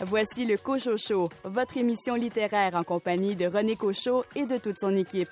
Voici le Cochocho, votre émission littéraire en compagnie de René Cochot et de toute son équipe.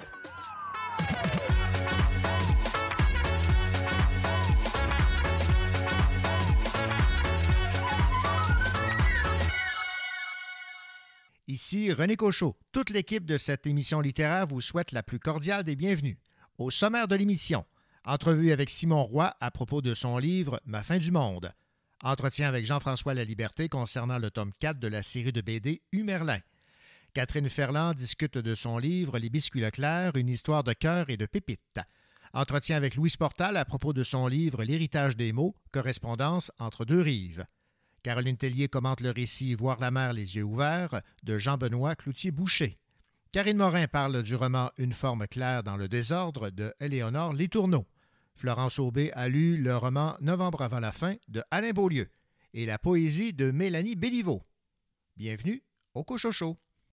Ici René Cochot. Toute l'équipe de cette émission littéraire vous souhaite la plus cordiale des bienvenues. Au sommaire de l'émission, entrevue avec Simon Roy à propos de son livre « Ma fin du monde ». Entretien avec Jean-François Laliberté concernant le tome 4 de la série de BD Humerlin. Catherine Ferland discute de son livre « Les biscuits Leclerc, une histoire de cœur et de pépites ». Entretien avec Louise Portal à propos de son livre « L'héritage des mots, correspondance entre deux rives ». Caroline Tellier commente le récit « Voir la mer les yeux ouverts » de Jean-Benoît Cloutier-Boucher. Karine Morin parle du roman « Une forme claire dans le désordre » de Éléonore Letourneau. Florence Aubé a lu le roman « Novembre avant la fin » de Alain Beaulieu et la poésie de Mélanie Béliveau. Bienvenue au Cochocho.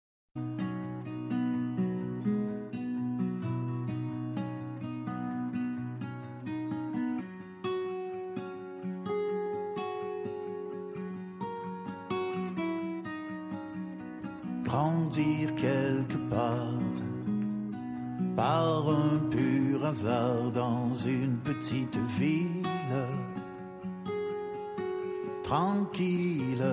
Grandir quelque part, par un pur hasard dans une petite ville, tranquille,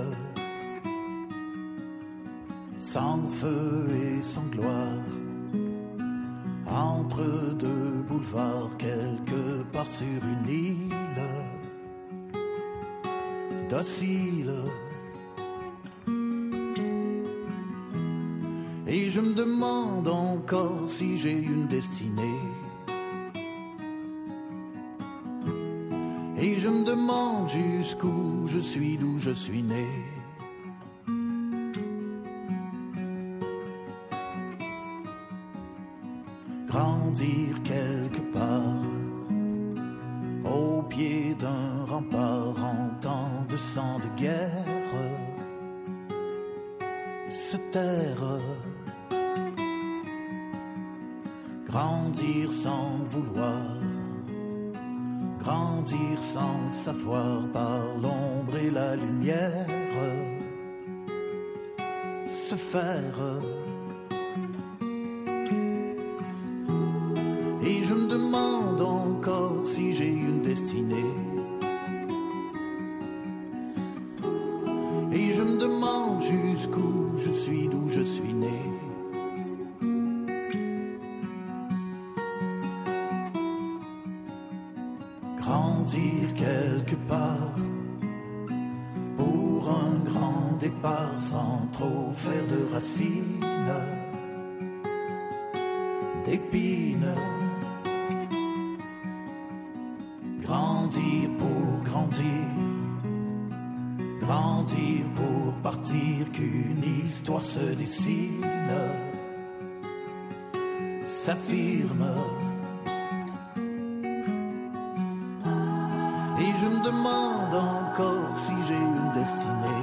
sans feu et sans gloire, entre deux boulevards quelque part sur une île, docile. Et je me demande encore si j'ai une destinée. Et je me demande jusqu'où je suis, d'où je suis né. Grandir quelque part, au pied d'un rempart en temps de sang de guerre. Se taire, grandir sans vouloir, grandir sans savoir, par l'ombre et la lumière, se faire. Et je me demande encore si j'ai une destinée. Et je me demande jusqu'où je suis, d'où je suis né. Grandir quelque part, pour un grand départ, sans trop faire de racines, d'épines. Grandir pour grandir, grandir pour partir, qu'une histoire se dessine, s'affirme. Et je me demande encore si j'ai une destinée.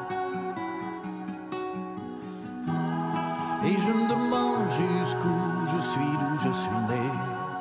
Et je me demande jusqu'où je suis, d'où je suis né.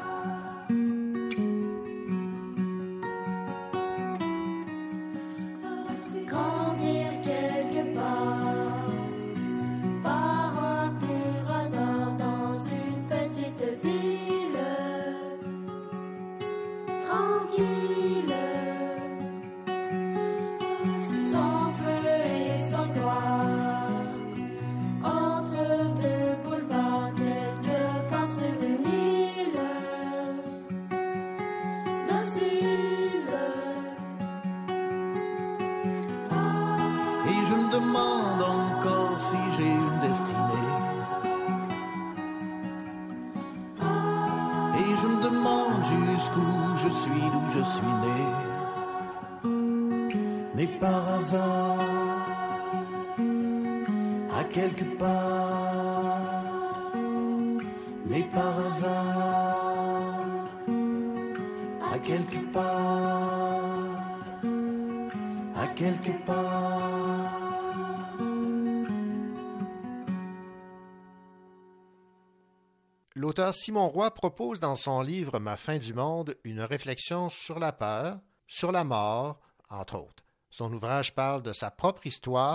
L'auteur Simon Roy propose dans son livre « Ma fin du monde » une réflexion sur la peur, sur la mort, entre autres. Son ouvrage parle de sa propre histoire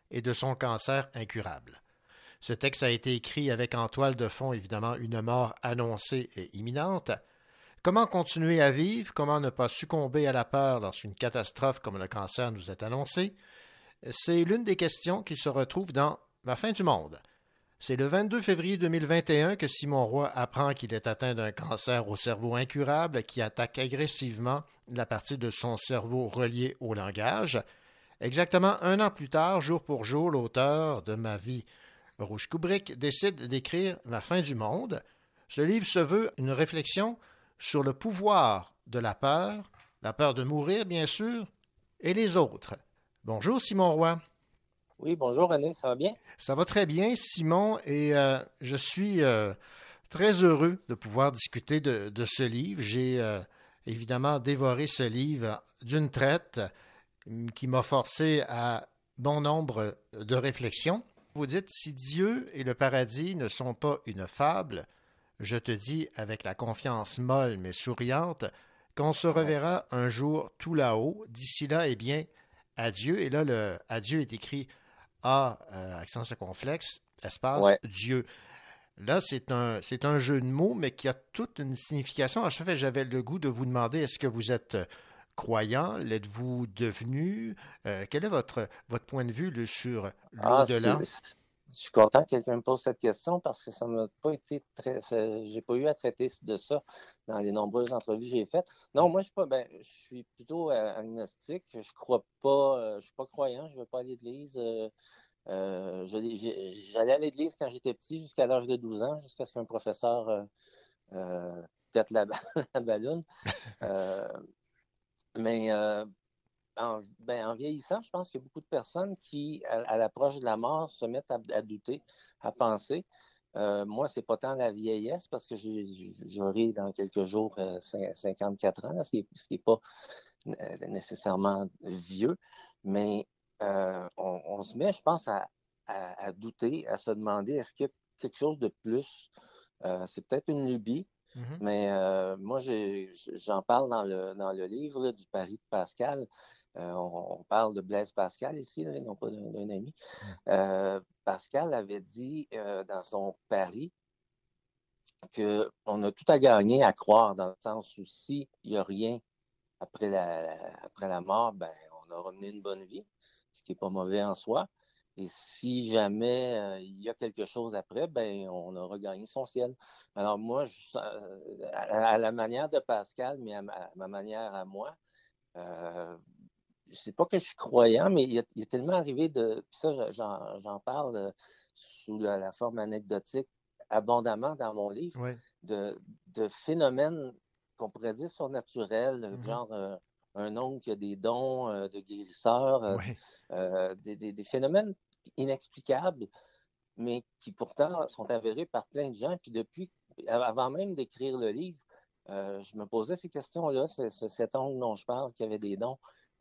et de son cancer incurable. Ce texte a été écrit avec en toile de fond, évidemment, une mort annoncée et imminente. Comment continuer à vivre? Comment ne pas succomber à la peur lorsqu'une catastrophe comme le cancer nous est annoncée? C'est l'une des questions qui se retrouve dans La fin du monde. C'est le 22 février 2021 que Simon Roy apprend qu'il est atteint d'un cancer au cerveau incurable qui attaque agressivement la partie de son cerveau reliée au langage. Exactement un an plus tard, jour pour jour, l'auteur de Ma vie Rouge Kubrick décide d'écrire La fin du monde. Ce livre se veut une réflexion sur le pouvoir de la peur de mourir, bien sûr, et les autres. Bonjour, Simon Roy. Oui, bonjour René, ça va bien? Ça va très bien, Simon, et je suis très heureux de pouvoir discuter de ce livre. J'ai évidemment dévoré ce livre d'une traite qui m'a forcé à bon nombre de réflexions. Vous dites, si Dieu et le paradis ne sont pas une fable, je te dis avec la confiance molle mais souriante qu'on se reverra un jour tout là-haut. D'ici là, eh bien, adieu. Et là, le adieu est écrit A, accent circonflexe, espace, Dieu. Là, c'est un jeu de mots, mais qui a toute une signification. À chaque fois, j'avais le goût de vous demander, est-ce que vous êtes croyant? L'êtes-vous devenu? Quel est votre point de vue sur l'au-delà? Je suis content que quelqu'un me pose cette question parce que ça m'a pas été j'ai pas eu à traiter de ça dans les nombreuses entrevues que j'ai faites. Non, moi, je suis plutôt agnostique. Je crois pas, je suis pas croyant. Je veux pas aller à l'église. J'allais à l'église quand j'étais petit jusqu'à l'âge de 12 ans, jusqu'à ce qu'un professeur pète la balloune. Mais en vieillissant, je pense qu'il y a beaucoup de personnes qui, à l'approche de la mort, se mettent à douter, à penser. Moi, c'est pas tant la vieillesse, parce que j'aurai dans quelques jours 54 ans, ce qui est pas nécessairement vieux, mais on se met, je pense, à douter, à se demander est-ce qu'il y a quelque chose de plus? C'est peut-être une lubie. Mais moi, j'en parle dans le livre là, du pari de Pascal. On parle de Blaise Pascal ici, là, non pas d'un ami. Pascal avait dit dans son pari qu'on a tout à gagner à croire, dans le sens où s'il n'y a rien après la mort, ben, on aura mené une bonne vie, ce qui n'est pas mauvais en soi. Et si jamais il y a quelque chose après, ben on aura gagné son ciel. Alors moi, à la manière de Pascal, mais à ma manière à moi, je sais pas que je suis croyant, mais il y a tellement arrivé de... Ça, j'en parle sous la forme anecdotique abondamment dans mon livre, de phénomènes qu'on pourrait dire surnaturels, genre un oncle qui a des dons de guérisseur, des phénomènes inexplicables, mais qui pourtant sont avérés par plein de gens. Puis depuis, avant même d'écrire le livre, je me posais ces questions-là. Cet oncle dont je parle, qui avait des dons,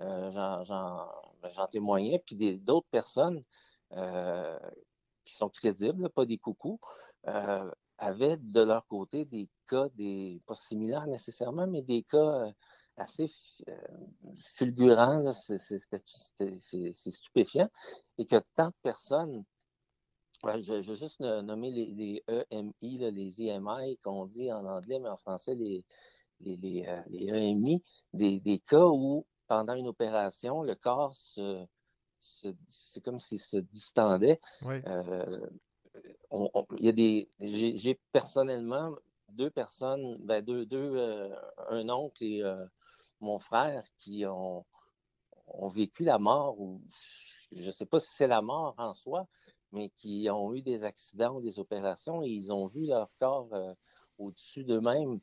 j'en témoignais. Puis d'autres personnes qui sont crédibles, pas des coucous, avaient de leur côté des cas, pas similaires nécessairement, mais des cas assez fulgurants. C'est stupéfiant. Et que tant de personnes, je vais juste nommer les EMI, là, les EMI qu'on dit en anglais, mais en français, les EMI, des cas où, pendant une opération, le corps c'est comme s'il se distendait. Il y a j'ai personnellement deux personnes, un oncle et mon frère qui ont vécu la mort, ou je ne sais pas si c'est la mort en soi, mais qui ont eu des accidents ou des opérations et ils ont vu leur corps au-dessus d'eux-mêmes.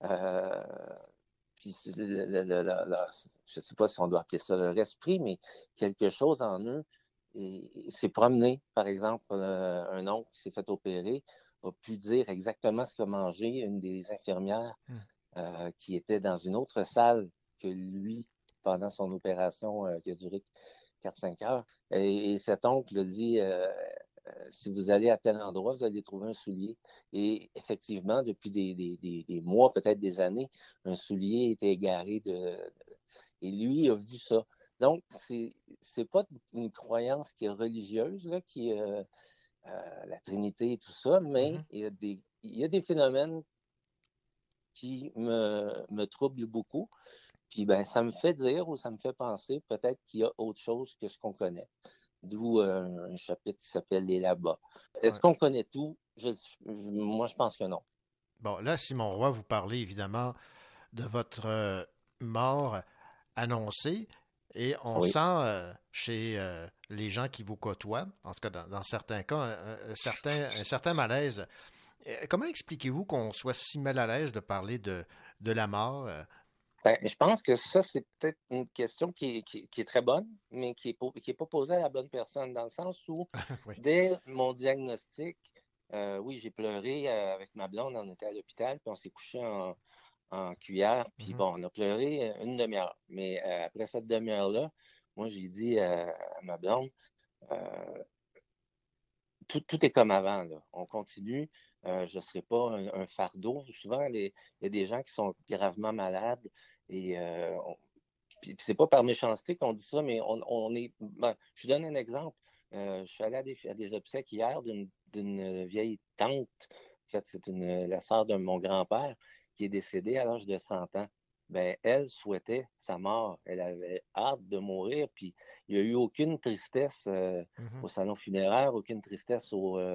Puis je ne sais pas si on doit appeler ça leur esprit, mais quelque chose en eux s'est promené. Par exemple, un oncle qui s'est fait opérer a pu dire exactement ce qu'a mangé une des infirmières qui était dans une autre salle que lui pendant son opération qui a duré 4-5 heures. Et cet oncle a dit si vous allez à tel endroit, vous allez trouver un soulier. Et effectivement, depuis des mois, peut-être des années, un soulier était égaré et lui a vu ça. Donc, c'est pas une croyance qui est religieuse, là, qui est la Trinité et tout ça, mais Mhm. il y a des phénomènes qui me troublent beaucoup. Puis, ben, ça me fait dire ou ça me fait penser peut-être qu'il y a autre chose que ce qu'on connaît. D'où un chapitre qui s'appelle Les là-bas. Est-ce Ouais. qu'on connaît tout? Moi, je pense que non. Bon, là, Simon Roy, vous parlez évidemment de votre mort annoncée et on Oui. sent chez les gens qui vous côtoient, en tout cas dans certains cas, un certain malaise. Comment expliquez-vous qu'on soit si mal à l'aise de parler de la mort? Ben, je pense que ça, c'est peut-être une question qui est très bonne, mais qui est pas posée à la bonne personne, dans le sens où, Oui. dès mon diagnostic, oui, j'ai pleuré avec ma blonde, on était à l'hôpital, puis on s'est couché en cuillère, puis Mhm. bon, on a pleuré une demi-heure. Mais après cette demi-heure-là, moi, j'ai dit à ma blonde, euh, tout est comme avant, là. On continue. Je ne serai pas un fardeau. Souvent, il y a des gens qui sont gravement malades et puis c'est pas par méchanceté qu'on dit ça, mais on est. Ben, je vous donne un exemple. Je suis allé à des obsèques hier d'une vieille tante. En fait, c'est la sœur de mon grand-père qui est décédée à l'âge de 100 ans. Ben, elle souhaitait sa mort. Elle avait hâte de mourir, puis il n'y a eu aucune tristesse Mhm. au salon funéraire, aucune tristesse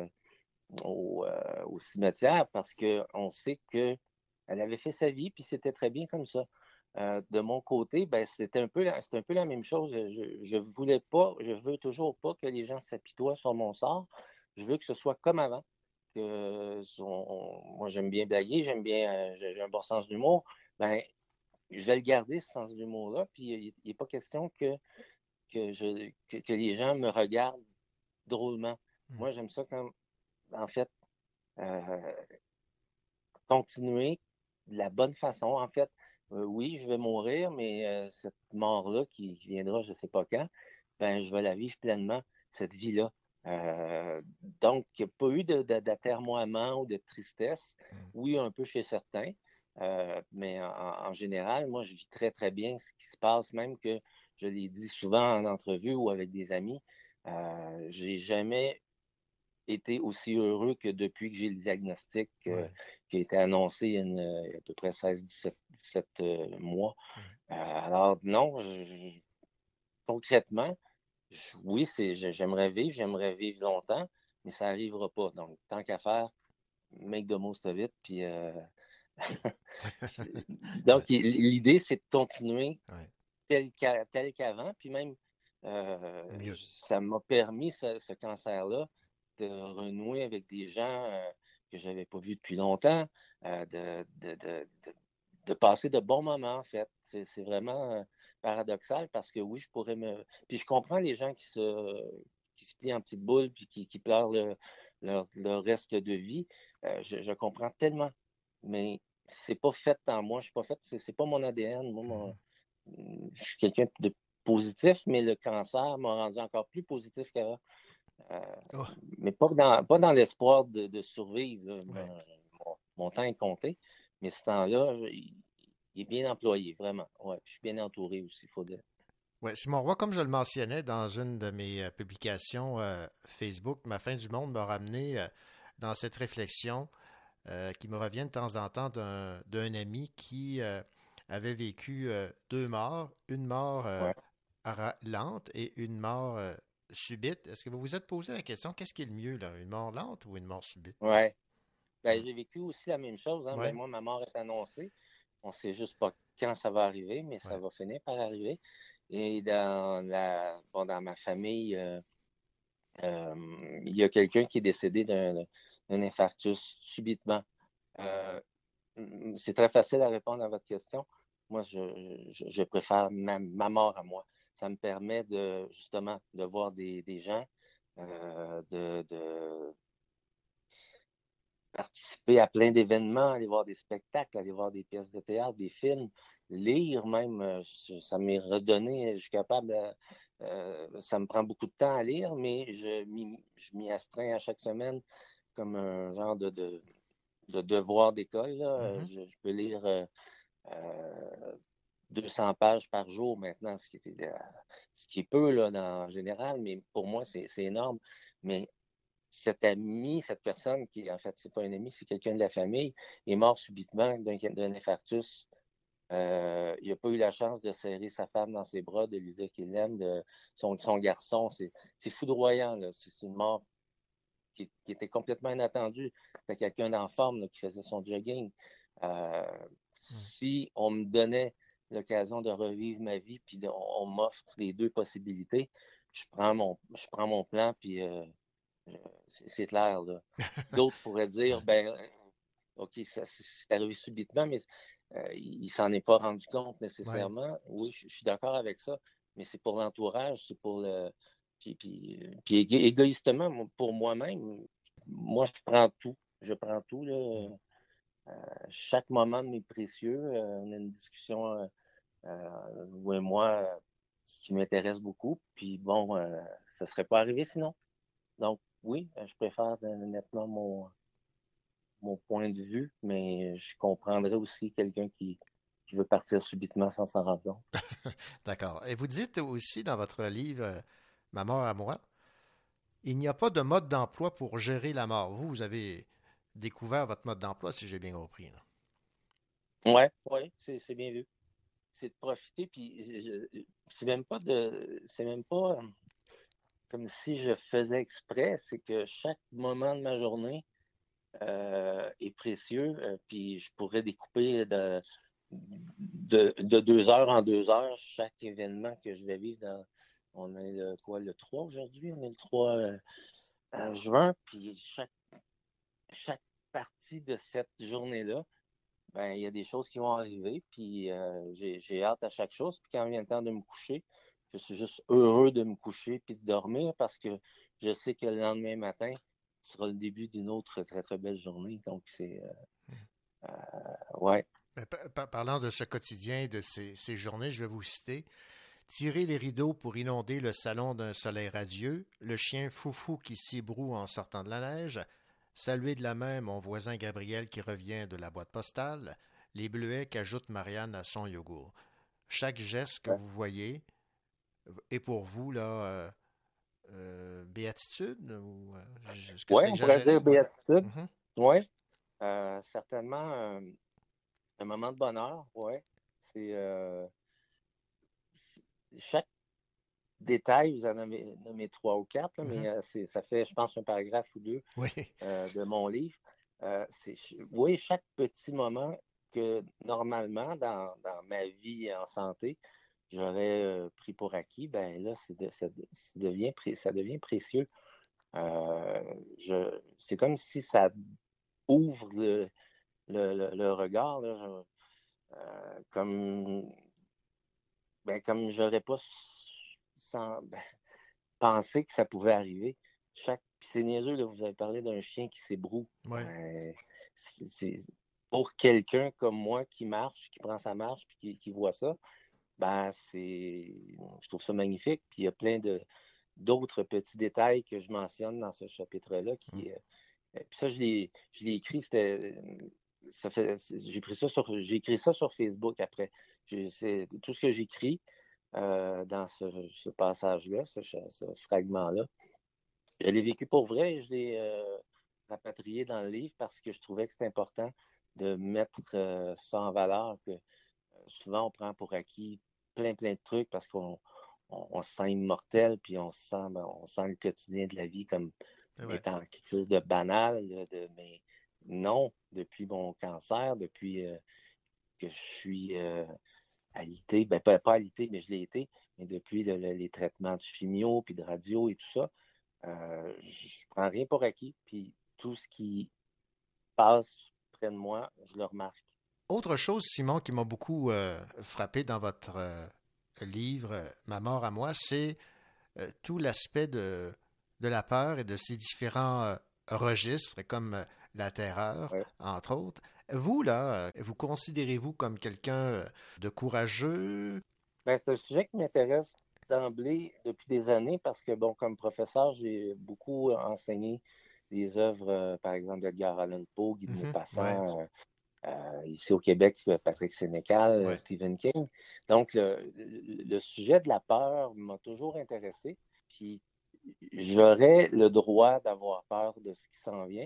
au cimetière, parce qu'on sait qu'elle avait fait sa vie, puis c'était très bien comme ça. De mon côté, ben, c'est un peu la même chose. Je voulais pas, je veux toujours pas que les gens s'apitoient sur mon sort. Je veux que ce soit comme avant. Moi, j'aime bien blaguer, j'ai un bon sens d'humour. Ben, je vais le garder, ce sens d'humour-là, puis il n'est pas question que les gens me regardent drôlement. Mhm. Moi, j'aime ça quand, en fait, euh, continuer de la bonne façon. En fait, oui, je vais mourir, mais cette mort-là qui viendra, je ne sais pas quand, ben, je vais la vivre pleinement, cette vie-là. Donc, il n'y a pas eu d'atermoiement ou de tristesse. Mhm. Oui, un peu chez certains, mais en général, moi, je vis très, très bien ce qui se passe, même que je l'ai dit souvent en entrevue ou avec des amis. J'ai jamais été aussi heureux que depuis que j'ai le diagnostic Ouais. qui a été annoncé il y a à peu près 17 mois. Ouais. Alors, non, concrètement, oui, j'aimerais vivre longtemps, mais ça n'arrivera pas. Donc, tant qu'à faire, make the most of it. Puis, Ouais. donc, l'idée, c'est de continuer Ouais. tel qu'avant. Puis même, Mieux. ça m'a permis, ce cancer-là, de renouer avec des gens que je n'avais pas vus depuis longtemps, de passer de bons moments, en fait. C'est vraiment paradoxal parce que oui, je pourrais me. Puis je comprends les gens qui se plient en petites boules puis qui pleurent leur reste de vie. Je comprends tellement. Mais c'est pas fait en moi. Je suis pas fait, c'est pas mon ADN. Moi, Mhm. je suis quelqu'un de positif, mais le cancer m'a rendu encore plus positif qu'avant. Euh, Oh, mais pas dans l'espoir de survivre. Là. ouais. Mon temps est compté, mais ce temps-là, il est bien employé, vraiment. Ouais, je suis bien entouré aussi, il faut dire. Ouais, Simon Roy, comme je le mentionnais dans une de mes publications Facebook, ma fin du monde m'a ramené dans cette réflexion qui me revient de temps en temps d'un ami qui avait vécu deux morts, une mort Ouais. lente et une mort subite. Est-ce que vous vous êtes posé la question, qu'est-ce qui est le mieux, là, une mort lente ou une mort subite? Ouais. Ben, Hmm. j'ai vécu aussi la même chose. Hein. Ben, Ouais, moi, ma mort est annoncée. On ne sait juste pas quand ça va arriver, mais ça ouais. va finir par arriver. Et dans ma famille, il y a quelqu'un qui est décédé d'un infarctus subitement. Euh, c'est très facile à répondre à votre question. Moi, je préfère ma mort à moi. Ça me permet justement de voir des gens, de participer à plein d'événements, aller voir des spectacles, aller voir des pièces de théâtre, des films, lire même. Ça m'est redonné. Je suis capable. Ça me prend beaucoup de temps à lire, mais je m'y astreins à chaque semaine comme un genre de devoir d'école. Là. Mhm. Je peux lire 200 pages par jour maintenant, ce qui était ce qui est peu là, en général, mais pour moi, c'est énorme. Mais cet ami, cette personne qui, en fait, c'est pas un ami, c'est quelqu'un de la famille, est mort subitement d'un infarctus. Il n'a pas eu la chance de serrer sa femme dans ses bras, de lui dire qu'il l'aime, de son garçon. C'est foudroyant, là. C'est une mort qui était complètement inattendue. C'était quelqu'un d'en forme là, qui faisait son jogging. Si on me donnait l'occasion de revivre ma vie, puis on m'offre les deux possibilités, je prends mon plan, puis c'est clair, là. D'autres pourraient dire, ben, OK, ça c'est arrivé subitement, mais il s'en est pas rendu compte Ouais. nécessairement. Oui, je suis d'accord avec ça, mais c'est pour l'entourage, c'est pour le. Puis égoïstement, pour moi-même, moi, je prends tout. Je prends tout, là. Chaque moment m'est précieux. On a une discussion, vous et moi, qui m'intéresse beaucoup. Puis bon, ça serait pas arrivé sinon. Donc, oui, je préfère nettement mon point de vue, mais je comprendrais aussi quelqu'un qui veut partir subitement sans s'en rendre compte. D'accord. Et vous dites aussi dans votre livre Ma mort à moi, il n'y a pas de mode d'emploi pour gérer la mort. Vous avez découvert votre mode d'emploi, si j'ai bien compris, là. Ouais, ouais, c'est bien vu. C'est de profiter, puis c'est même pas comme si je faisais exprès, c'est que chaque moment de ma journée est précieux, puis je pourrais découper de 2 heures en 2 heures chaque événement que je vais vivre on est le 3 aujourd'hui, on est le 3 juin, puis chaque partie de cette journée-là, ben, il y a des choses qui vont arriver, puis j'ai hâte à chaque chose. Puis quand vient le temps de me coucher, je suis juste heureux de me coucher puis de dormir parce que je sais que le lendemain matin sera le début d'une autre très, très belle journée. Donc, ouais. Mais parlant de ce quotidien, de ces journées, je vais vous citer. Tirer les rideaux pour inonder le salon d'un soleil radieux, le chien Foufou qui s'ébroue en sortant de la neige, saluer de la main mon voisin Gabriel qui revient de la boîte postale, les bleuets qu'ajoute Marianne à son yogourt. Chaque geste que Ouais. vous voyez est pour vous là béatitude ou est-ce que c'est Ouais, on pourrait exagéré? dire Ouais. béatitude. Mhm. Ouais. Certainement un moment de bonheur. Ouais. C'est chaque détail, vous en avez nommé trois ou quatre, là, Mhm. mais ça fait, je pense, un paragraphe ou deux Oui. de mon livre. Oui, chaque petit moment que normalement, dans ma vie en santé, j'aurais pris pour acquis, ben là, ça devient précieux. C'est comme si ça ouvre le regard, là, comme j'aurais pas pensé que ça pouvait arriver. Puis c'est niaiseux, là, vous avez parlé d'un chien qui s'ébroue. Oui. Ben, pour quelqu'un comme moi qui marche, qui prend sa marche, puis qui voit ça, ben je trouve ça magnifique. Puis il y a plein d'autres petits détails que je mentionne dans ce chapitre-là puis ça, je l'ai écrit, j'ai écrit ça sur Facebook après. C'est tout ce que j'écris dans ce passage-là, ce fragment-là. Je l'ai vécu pour vrai et je l'ai rapatrié dans le livre parce que je trouvais que c'était important de mettre ça en valeur, que souvent on prend pour acquis plein de trucs parce qu'on se sent immortel, puis on sent le quotidien de la vie comme Ouais. étant quelque chose de banal, mais non, depuis mon cancer, depuis que je suis alité, ben pas alité, mais je l'ai été, mais depuis les traitements de chimio, puis de radio et tout ça, je prends rien pour acquis, puis tout ce qui passe près de moi, je le remarque. Autre chose, Simon, qui m'a beaucoup frappé dans votre livre Ma mort à moi, c'est tout l'aspect de la peur et de ses différents registres, comme la terreur, Ouais. entre autres. Vous, là, vous considérez-vous comme quelqu'un de courageux? Ben, c'est un sujet qui m'intéresse d'emblée depuis des années parce que, bon, comme professeur, j'ai beaucoup enseigné des œuvres, par exemple, d'Edgar Allan Poe, Guy de Mhm. Ouais. Maupassant, Ici au Québec, Patrick Sénécal, Ouais. Stephen King. Donc, le sujet de la peur m'a toujours intéressé. Puis, j'aurais le droit d'avoir peur de ce qui s'en vient.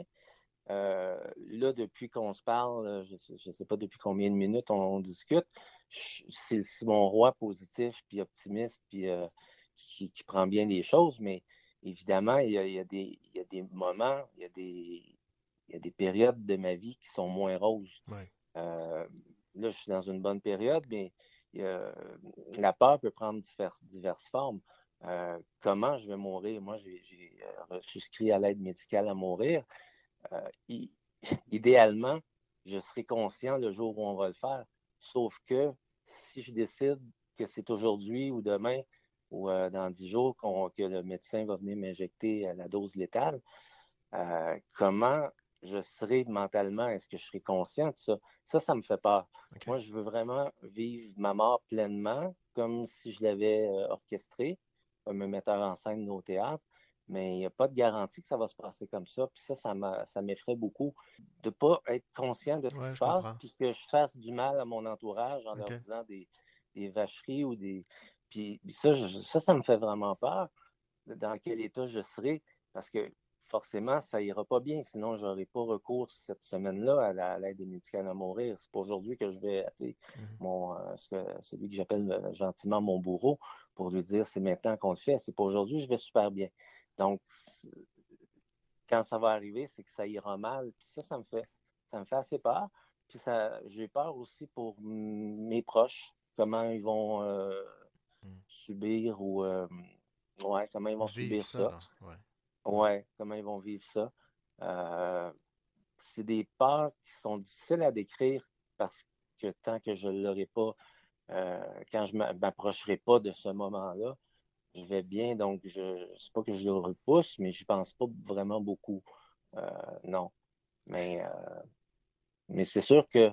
Là, depuis qu'on se parle, je ne sais pas depuis combien de minutes on discute, c'est mon roi positif, puis optimiste, puis qui prend bien les choses, mais évidemment, il y a des moments, il y a des périodes de ma vie qui sont moins roses. Ouais. Là, je suis dans une bonne période, mais la peur peut prendre diverses formes. Comment je vais mourir? Moi, j'ai souscrit à l'aide médicale à mourir. I- Idéalement, je serai conscient le jour où on va le faire. Sauf que si je décide que c'est aujourd'hui ou demain ou dans 10 jours que le médecin va venir m'injecter la dose létale, comment je serai mentalement? Est-ce que je serai conscient de ça? Ça me fait peur. OK. Moi, je veux vraiment vivre ma mort pleinement, comme si je l'avais orchestré, comme un metteur en scène au théâtre. Mais il n'y a pas de garantie que ça va se passer comme ça. Puis ça m'effraie beaucoup de ne pas être conscient de ce qui Ouais, se je passe, comprends. puis que je fasse du mal à mon entourage en leur OK. disant des vacheries ou des. Puis ça me fait vraiment peur dans quel état je serai, parce que forcément, ça ira pas bien, sinon je n'aurai pas recours cette semaine-là à l'aide médicale à mourir. C'est pas aujourd'hui que je vais appeler celui que j'appelle gentiment mon bourreau pour lui dire c'est maintenant qu'on le fait. C'est pas aujourd'hui, je vais super bien. Donc, quand ça va arriver, c'est que ça ira mal. Puis ça me fait assez peur. Puis j'ai peur aussi pour mes proches, comment ils vont subir ou comment ils vont Vivre subir ça, ça. là. Ouais. Ouais, comment ils vont vivre ça. Euh, c'est des peurs qui sont difficiles à décrire parce que tant que je ne l'aurai pas, quand je ne m'approcherai pas de ce moment-là, je vais bien. Donc, c'est pas que je le repousse, mais je pense pas vraiment beaucoup. Non. Mais, euh, mais c'est sûr que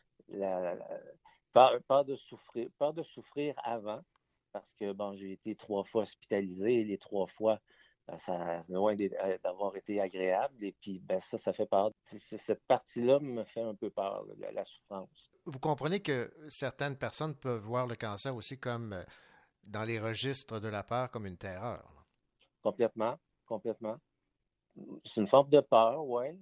peur de souffrir avant, parce que bon, j'ai été 3 fois hospitalisé et les 3 fois, ça loin d'avoir été agréable. Et puis ben, ça fait peur. Cette partie-là me fait un peu peur, la souffrance. Vous comprenez que certaines personnes peuvent voir le cancer aussi comme dans les registres de la peur comme une terreur, là. Complètement, complètement. C'est une forme de peur, ouais,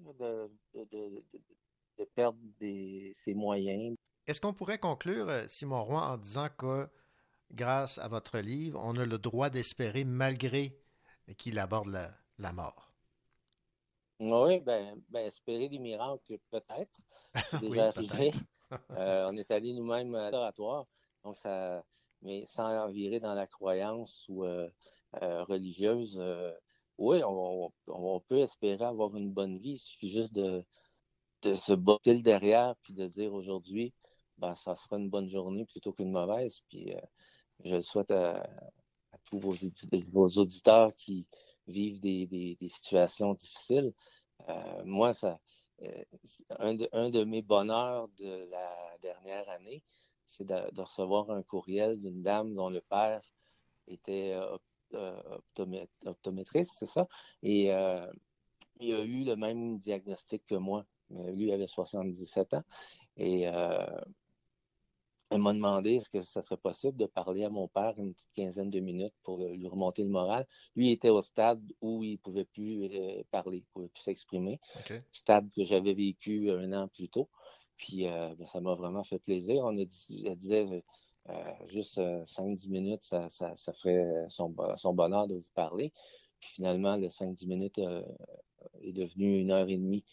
de perdre ses moyens. Est-ce qu'on pourrait conclure, Simon Roy, en disant que grâce à votre livre, on a le droit d'espérer malgré qu'il aborde la mort? Oui, ben, espérer des miracles, peut-être. C'est déjà Oui, arrivé. peut-être. On est allé nous-mêmes à l'oratoire, donc mais sans virer dans la croyance ou religieuse. Oui, on peut espérer avoir une bonne vie. Il suffit juste de se botter le derrière puis de dire aujourd'hui, ben, ça sera une bonne journée plutôt qu'une mauvaise. Puis je le souhaite à tous vos auditeurs qui vivent des situations difficiles. Moi, euh, un de mes bonheurs de la dernière année, c'est de recevoir un courriel d'une dame dont le père était optométriste, c'est ça? Et il a eu le même diagnostic que moi. Lui avait 77 ans. Et elle m'a demandé est-ce que ça serait possible de parler à mon père une petite quinzaine de minutes pour lui remonter le moral. Lui il était au stade où il ne pouvait plus parler, il ne pouvait plus s'exprimer. OK. Stade que j'avais vécu 1 an plus tôt. Puis ben, ça m'a vraiment fait plaisir. Elle disait juste 5-10 minutes, ça ferait son bonheur de vous parler. Puis finalement, le 5-10 minutes est devenu 1 heure et demie.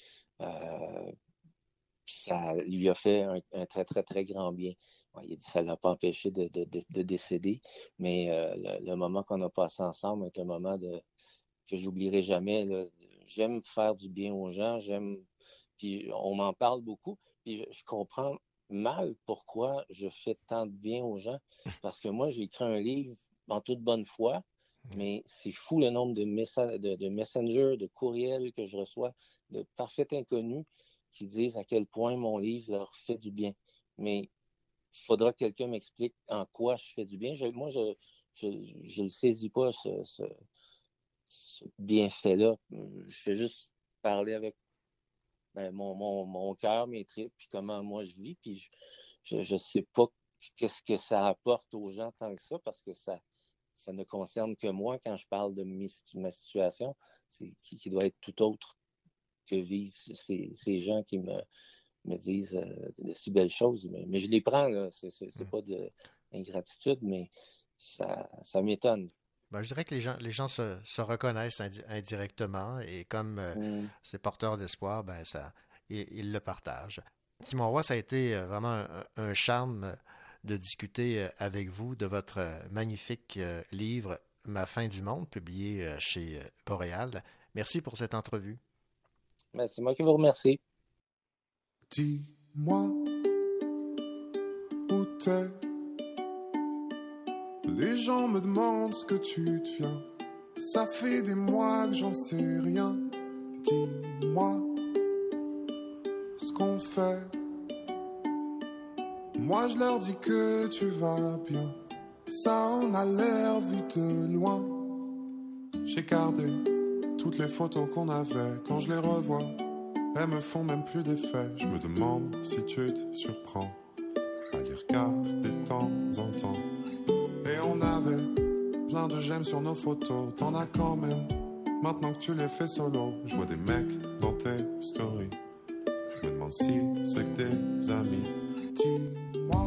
Puis ça lui a fait un très, très, très grand bien. Ouais, il a dit que ça ne l'a pas empêché de décéder, mais le moment qu'on a passé ensemble est un moment que j'oublierai jamais, là. J'aime faire du bien aux gens, puis on m'en parle beaucoup, puis je comprends mal pourquoi je fais tant de bien aux gens, parce que moi, j'ai écrit un livre en toute bonne foi, mais c'est fou le nombre de messengers, de courriels que je reçois, de parfaits inconnus qui disent à quel point mon livre leur fait du bien. Mais il faudra que quelqu'un m'explique en quoi je fais du bien. Moi, je le saisis pas, ce bienfait-là. Je fais juste parler avec mon cœur, mes tripes, puis comment moi je vis. Puis je sais pas qu'est-ce que ça apporte aux gens tant que ça, parce que ça ne concerne que moi quand je parle de ma situation, qui doit être tout autre que vivent ces gens qui me disent de si belles choses. Mais je les prends, là. C'est pas d'ingratitude, mais ça m'étonne. Ben, je dirais que les gens se reconnaissent indirectement et comme c'est porteur d'espoir, ben ils le partagent. Simon Roy, ça a été vraiment un charme de discuter avec vous de votre magnifique livre « Ma fin du monde », publié chez Boréal. Merci pour cette entrevue. Ben, c'est moi qui vous remercie. Dis-moi où t'es. Les gens me demandent ce que tu deviens. Ça fait des mois que j'en sais rien. Dis-moi ce qu'on fait. Moi je leur dis que tu vas bien. Ça en a l'air vu de loin. J'ai gardé toutes les photos qu'on avait. Quand je les revois, elles me font même plus d'effet. Je me demande si tu te surprends à les regarder de temps en temps. Et on avait plein de j'aime sur nos photos. T'en as quand même, maintenant que tu les fais solo. Je vois des mecs dans tes stories. Je me demande si c'est que des amis. Dis-moi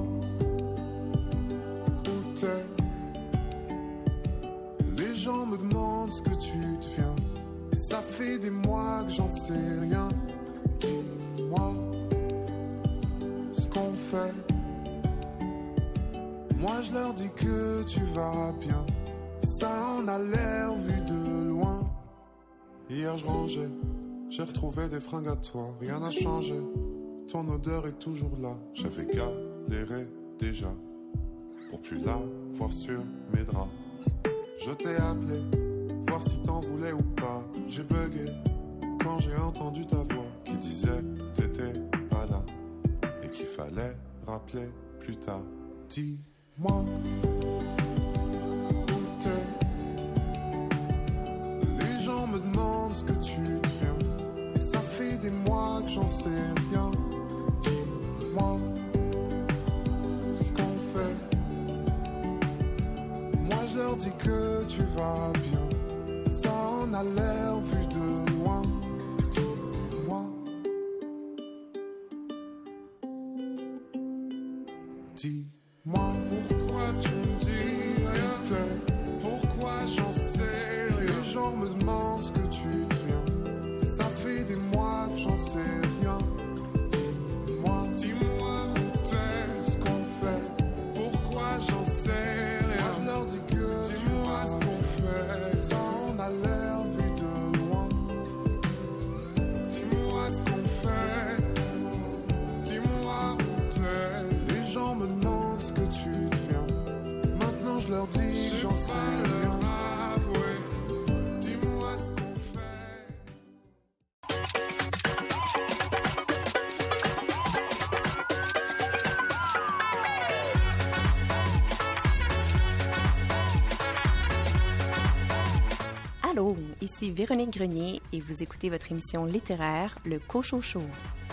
où t'es. Les gens me demandent ce que tu deviens. Ça fait des mois que j'en sais rien. Dis-moi ce qu'on fait. Moi je leur dis que tu vas bien. Ça en a l'air vu de loin. Hier je rangeais, j'ai retrouvé des fringues à toi. Rien n'a changé, ton odeur est toujours là. J'avais galéré déjà pour plus la voir sur mes draps. Je t'ai appelé, voir si t'en voulais ou pas. J'ai bugué quand j'ai entendu ta voix qui disait que t'étais pas là et qu'il fallait rappeler plus tard. Dis-moi où t'es. Les gens me demandent ce que tu deviens. Ça fait des mois que j'en sais rien. Dis-moi ce qu'on fait. Moi je leur dis que tu vas bien. Ça en a l'air vu de loin. Dis-moi. Dis-moi pourquoi tu me dis rien. Pourquoi j'en sais rien. Les gens me demandent ce que tu deviens. Ça fait des mois que j'en sais rien. Dis-moi où t'es, ce qu'on fait. Pourquoi j'en sais rien. Moi je leur dis que dis-moi ce qu'on fait. Ça en a l'air vu de loin. Dis-moi ce qu'on fait. Dis-moi où t'es. Les gens me demandent ce que tu deviens. Maintenant je leur dis que j'en sais rien. Dis-moi ce qu'on fait. Allô, ici Véronique Grenier et vous écoutez votre émission littéraire, Le Cochot Show.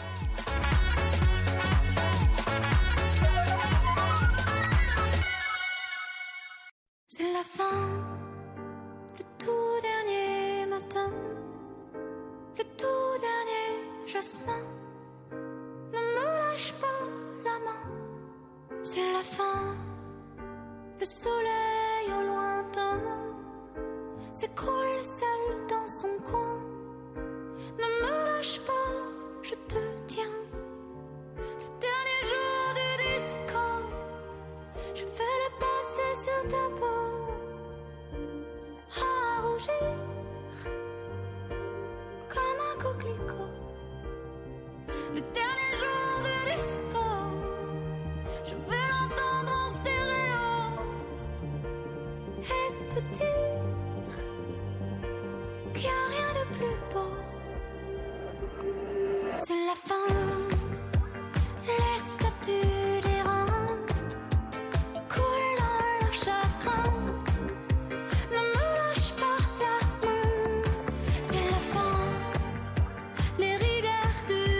C'est la fin, le tout dernier matin, le tout dernier jasmin. Ne me lâche pas la main. C'est la fin, le soleil au lointain s'écroule seul dans son coin. Ne me lâche pas, je te tiens. Le dernier jour du disco, je vais le passer sur ta peau. À rougir comme un coquelicot. Le dernier jour du disco, je vais l'entendre en stéréo et te dire qu'il n'y a rien de plus beau. C'est la fin, les statues des rangs coulent dans leur chagrin. Ne me lâche pas la main. C'est la fin, les rivières du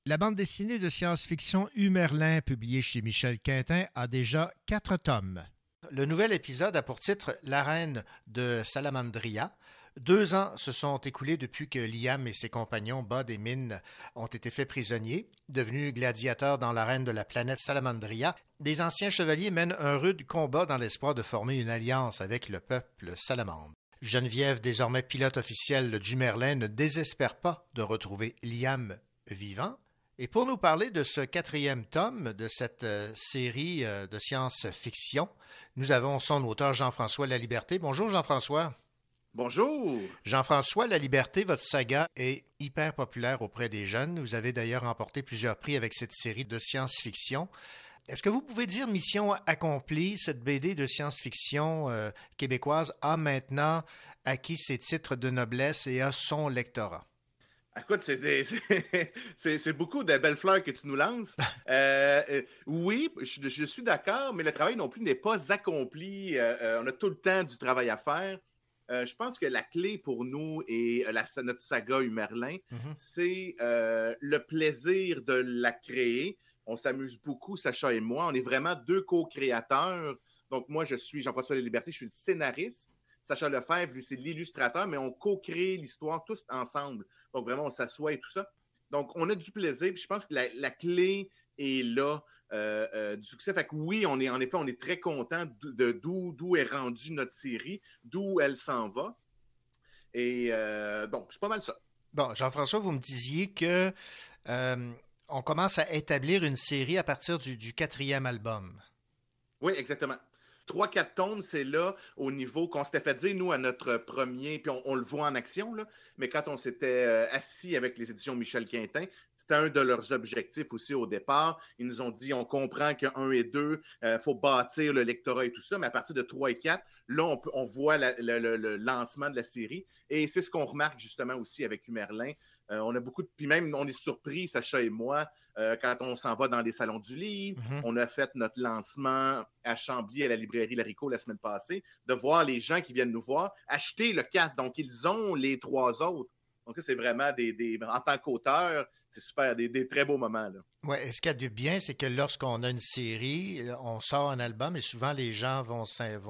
La bande dessinée de science-fiction Humerlin, publiée chez Michel Quintin, a déjà 4 tomes. Le nouvel épisode a pour titre « La reine de Salamandria ». 2 ans se sont écoulés depuis que Liam et ses compagnons Bud et Min ont été faits prisonniers. Devenus gladiateurs dans l'arène de la planète Salamandria, des anciens chevaliers mènent un rude combat dans l'espoir de former une alliance avec le peuple salamandre. Geneviève, désormais pilote officielle d'Humerlin, ne désespère pas de retrouver Liam vivant. Et pour nous parler de ce 4e tome de cette série de science-fiction, nous avons son auteur Jean-François Laliberté. Bonjour Jean-François. Bonjour. Jean-François Laliberté, votre saga est hyper populaire auprès des jeunes. Vous avez d'ailleurs remporté plusieurs prix avec cette série de science-fiction. Est-ce que vous pouvez dire mission accomplie, cette BD de science-fiction québécoise a maintenant acquis ses titres de noblesse et a son lectorat? Écoute, c'est beaucoup de belles fleurs que tu nous lances. Oui, je suis d'accord, mais le travail non plus n'est pas accompli. On a tout le temps du travail à faire. Je pense que la clé pour nous et notre saga Humerlin, c'est le plaisir de la créer. On s'amuse beaucoup, Sacha et moi. On est vraiment 2 co-créateurs. Donc, moi, je suis Jean-François Laliberté, je suis le scénariste. Sacha Lefebvre, lui, c'est l'illustrateur, mais on co-crée l'histoire tous ensemble. Donc, vraiment, on s'assoit et tout ça. Donc, on a du plaisir. Puis je pense que la clé est là du succès. Fait que oui, en effet, on est très content d'où est rendue notre série, d'où elle s'en va. Et donc, c'est pas mal ça. Bon, Jean-François, vous me disiez que on commence à établir une série à partir du 4e album. Oui, exactement. 3-4 tomes, c'est là au niveau qu'on s'était fait dire, nous, à notre premier, puis on le voit en action, là, mais quand on s'était assis avec les éditions Michel Quintin, c'était un de leurs objectifs aussi au départ. Ils nous ont dit, on comprend que 1 et 2, faut bâtir le lectorat et tout ça, mais à partir de 3 et 4, là, on voit le lancement de la série. Et c'est ce qu'on remarque justement aussi avec Humerlin. On a beaucoup de... Puis même, on est surpris, Sacha et moi, quand on s'en va dans les salons du livre. On a fait notre lancement à Chambly, à la librairie Larico la semaine passée, de voir les gens qui viennent nous voir acheter le 4. Donc, ils ont les 3 autres. Donc, ça, c'est vraiment en tant qu'auteur, c'est super, des très beaux moments, là. Oui, et ce qu'il y a de bien, c'est que lorsqu'on a une série, on sort un album et souvent les gens vont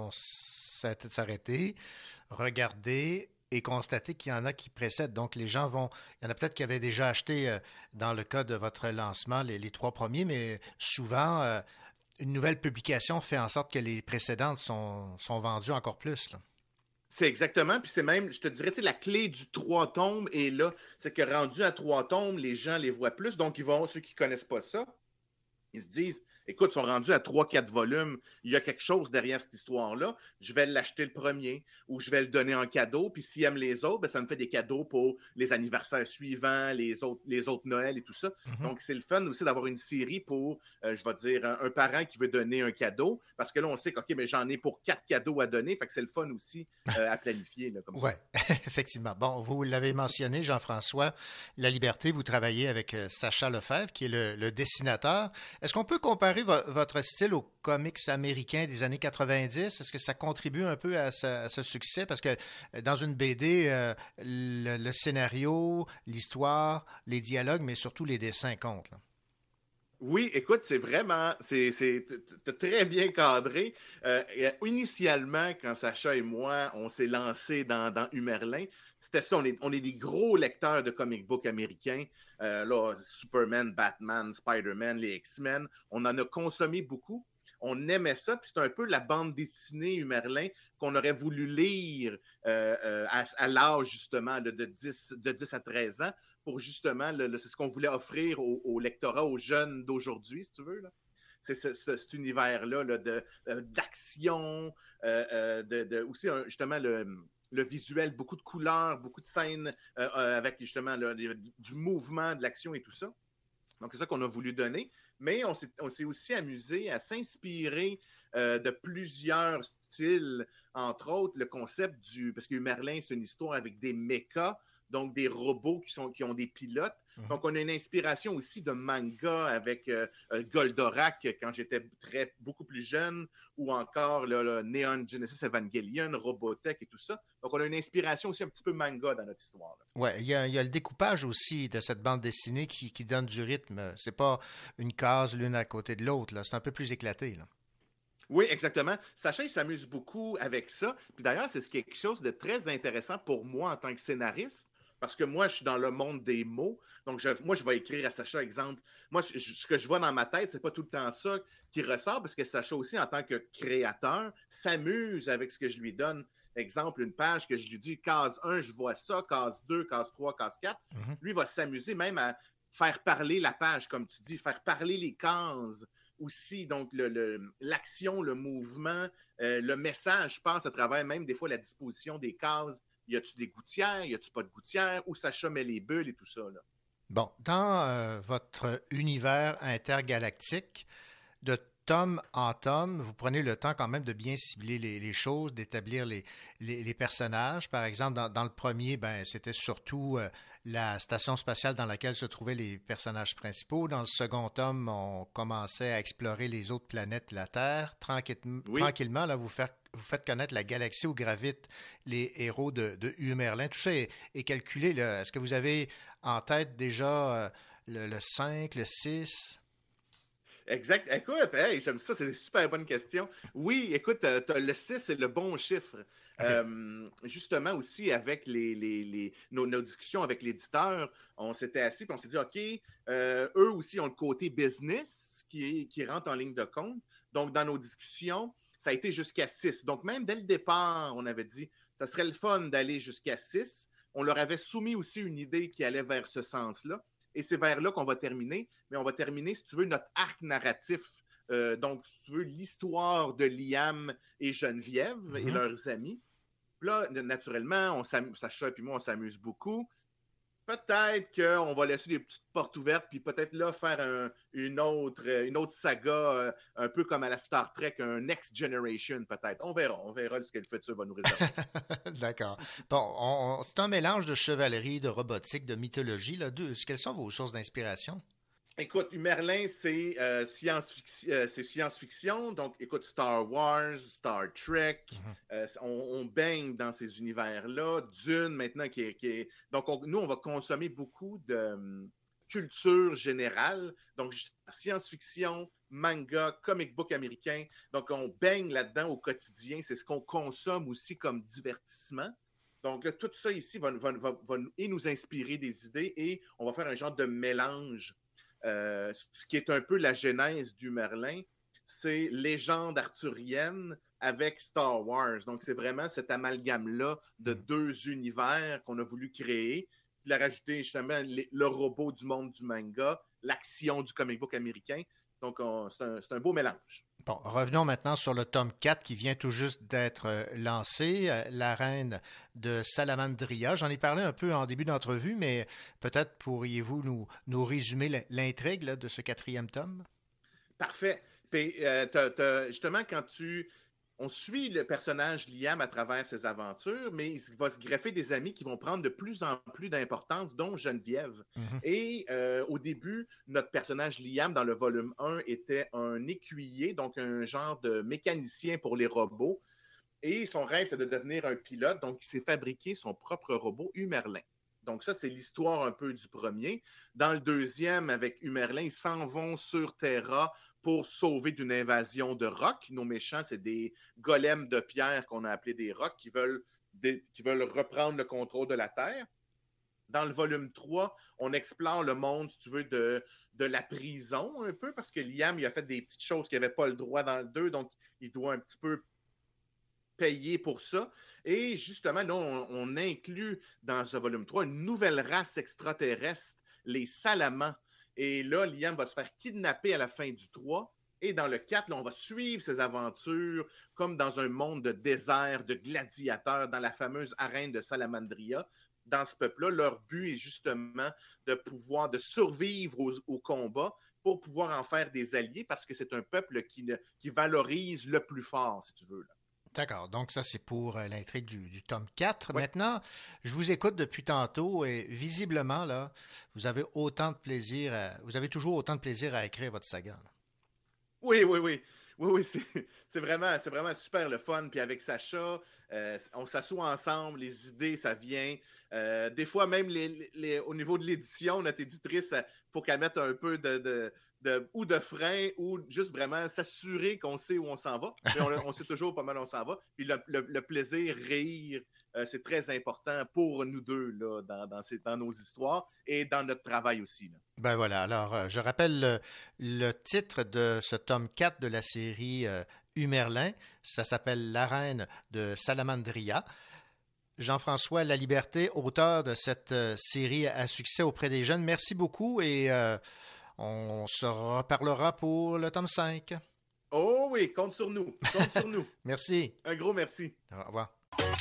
s'arrêter, regarder et constater qu'il y en a qui précèdent. Donc, les gens vont... Il y en a peut-être qui avaient déjà acheté, dans le cas de votre lancement, les 3 premiers, mais souvent, une nouvelle publication fait en sorte que les précédentes sont vendues encore plus, là. C'est exactement, puis c'est même, je te dirais, la clé du 3 tomes est là. C'est que rendu à 3 tomes, les gens les voient plus. Donc, ceux qui ne connaissent pas ça, ils se disent, écoute, ils sont rendus à 3-4 volumes, il y a quelque chose derrière cette histoire-là, je vais l'acheter le premier ou je vais le donner en cadeau, puis s'ils aiment les autres, ça me fait des cadeaux pour les anniversaires suivants, les autres Noël et tout ça. Donc, c'est le fun aussi d'avoir une série pour, je vais dire, un parent qui veut donner un cadeau, parce que là, on sait que, OK, mais j'en ai pour 4 cadeaux à donner, fait que c'est le fun aussi à planifier, là, comme ça. Oui, effectivement. Bon, vous l'avez mentionné, Jean-François Laliberté, vous travaillez avec Sacha Lefebvre, qui est le dessinateur. Est-ce qu'on peut comparer votre style aux comics américains des années 90? Est-ce que ça contribue un peu à ce succès? Parce que dans une BD, le scénario, l'histoire, les dialogues, mais surtout les dessins comptent, là. Oui, écoute, c'est très bien cadré. Initialement, quand Sacha et moi, on s'est lancé dans Humerlin, c'était ça, on est des gros lecteurs de comic book américains. Là, Superman, Batman, Spider-Man, les X-Men, on en a consommé beaucoup. On aimait ça, puis c'est un peu la bande dessinée Humerlin qu'on aurait voulu lire à l'âge, justement, de 10 à 13 ans, pour justement, c'est ce qu'on voulait offrir au lectorat, aux jeunes d'aujourd'hui, si tu veux, là. C'est cet univers-là là, d'action, aussi, justement, le visuel, beaucoup de couleurs, beaucoup de scènes avec, justement, du mouvement, de l'action et tout ça. Donc, c'est ça qu'on a voulu donner. Mais on s'est aussi amusé à s'inspirer de plusieurs styles, entre autres le concept parce que Humerlin, c'est une histoire avec des mechas, donc des robots qui ont des pilotes. Donc, on a une inspiration aussi de manga avec Goldorak quand j'étais beaucoup plus jeune, ou encore le Neon Genesis Evangelion, Robotech et tout ça. Donc, on a une inspiration aussi un petit peu manga dans notre histoire. Oui, il y a le découpage aussi de cette bande dessinée qui donne du rythme. C'est pas une case l'une à côté de l'autre, là. C'est un peu plus éclaté, là. Oui, exactement. Sacha, il s'amuse beaucoup avec ça. Puis d'ailleurs, c'est quelque chose de très intéressant pour moi en tant que scénariste, parce que moi, je suis dans le monde des mots. Donc, moi, je vais écrire à Sacha, exemple. Moi, ce que je vois dans ma tête, c'est pas tout le temps ça qui ressort, parce que Sacha aussi, en tant que créateur, s'amuse avec ce que je lui donne. Exemple, une page que je lui dis, case 1, je vois ça, case 2, case 3, case 4. Lui va s'amuser même à faire parler la page, comme tu dis, faire parler les cases aussi. Donc, l'action, le mouvement, le message passe à travers même des fois la disposition des cases. Y a-tu des gouttières? Y a-tu pas de gouttières? Où Sacha met les bulles et tout ça, là? Bon, dans votre univers intergalactique, de tome en tome, vous prenez le temps quand même de bien cibler les choses, d'établir les personnages. Par exemple, dans le premier, ben, c'était surtout la station spatiale dans laquelle se trouvaient les personnages principaux. Dans le second tome, on commençait à explorer les autres planètes de la Terre. Tranquillement, là, vous faites connaître la galaxie où gravitent les héros de Hugh Merlin. Tout ça est calculé, là. Est-ce que vous avez en tête déjà le 5, le 6? Exact. Écoute, hey, j'aime ça, c'est une super bonne question. Oui, écoute, le 6, c'est le bon chiffre. Okay. Justement aussi, avec nos discussions avec l'éditeur, on s'était assis et on s'est dit, OK, eux aussi ont le côté business qui rentre en ligne de compte. Donc, dans nos discussions, ça a été jusqu'à 6. Donc, même dès le départ, on avait dit, ça serait le fun d'aller jusqu'à 6. On leur avait soumis aussi une idée qui allait vers ce sens-là. Et c'est vers là qu'on va terminer. Mais on va terminer, si tu veux, notre arc narratif. Donc, si tu veux, l'histoire de Liam et Geneviève et leurs amis. Puis là, naturellement, Sacha et moi, on s'amuse beaucoup. Peut-être qu'on va laisser des petites portes ouvertes, puis peut-être là faire une autre saga, un peu comme à la Star Trek, un Next Generation peut-être. On verra ce que le futur va nous réserver. D'accord. Bon, c'est un mélange de chevalerie, de robotique, de mythologie. Là. Quelles sont vos sources d'inspiration? Écoute, Merlin, c'est science-fiction. Donc, écoute, Star Wars, Star Trek, on baigne dans ces univers-là. Dune, maintenant, qui est... Donc, nous, on va consommer beaucoup de culture générale. Donc, science-fiction, manga, comic book américain. Donc, on baigne là-dedans au quotidien. C'est ce qu'on consomme aussi comme divertissement. Donc, là, tout ça ici va nous inspirer des idées et on va faire un genre de mélange. Ce qui est un peu la genèse du Merlin, c'est légende arthurienne avec Star Wars. Donc, c'est vraiment cet amalgame-là de deux univers qu'on a voulu créer. Puis, rajouter justement le robot du monde du manga, l'action du comic book américain. Donc, c'est un beau mélange. Bon, revenons maintenant sur le tome 4 qui vient tout juste d'être lancé, La Reine de Salamandria. J'en ai parlé un peu en début d'entrevue, mais peut-être pourriez-vous nous résumer l'intrigue de ce 4e tome? Parfait. Puis, justement, on suit le personnage Liam à travers ses aventures, mais il va se greffer des amis qui vont prendre de plus en plus d'importance, dont Geneviève. Et au début, notre personnage Liam, dans le volume 1, était un écuyer, donc un genre de mécanicien pour les robots. Et son rêve, c'est de devenir un pilote, donc il s'est fabriqué son propre robot, Hugh Merlin. Donc ça, c'est l'histoire un peu du premier. Dans le deuxième, avec Hugh Merlin, ils s'en vont sur Terra pour sauver d'une invasion de rocs. Nos méchants, c'est des golems de pierre qu'on a appelés des rocs qui veulent reprendre le contrôle de la Terre. Dans le volume 3, on explore le monde, si tu veux, de la prison un peu, parce que Liam, il a fait des petites choses qu'il n'avait pas le droit dans le 2, donc il doit un petit peu payer pour ça. Et justement, là, on inclut dans ce volume 3 une nouvelle race extraterrestre, les Salamans. Et là, Liam va se faire kidnapper à la fin du 3. Et dans le 4, là, on va suivre ses aventures comme dans un monde de désert, de gladiateurs, dans la fameuse arène de Salamandria. Dans ce peuple-là, leur but est justement de survivre au combat pour pouvoir en faire des alliés, parce que c'est un peuple qui valorise le plus fort, si tu veux. Là. D'accord. Donc, ça, c'est pour l'intrigue du tome 4. Oui. Maintenant, je vous écoute depuis tantôt et visiblement, là, vous avez toujours autant de plaisir à écrire votre saga. Là. Oui, oui, oui. Oui, oui, c'est vraiment super le fun. Puis avec Sacha, on s'assoit ensemble, les idées, ça vient. Des fois, même au niveau de l'édition, notre éditrice, il faut qu'elle mette un peu ou de frein ou juste vraiment s'assurer qu'on sait où on s'en va. Mais on sait toujours pas mal où on s'en va. Puis le plaisir, rire, c'est très important pour nous deux là, dans nos histoires et dans notre travail aussi. Là. Ben voilà, alors je rappelle le titre de ce tome 4 de la série Humerlin. Ça s'appelle La Reine de Salamandria. Jean-François Laliberté, auteur de cette série à succès auprès des jeunes. Merci beaucoup et on se reparlera pour le tome 5. Oh oui, compte sur nous. Compte sur nous. Merci. Un gros merci. Au revoir.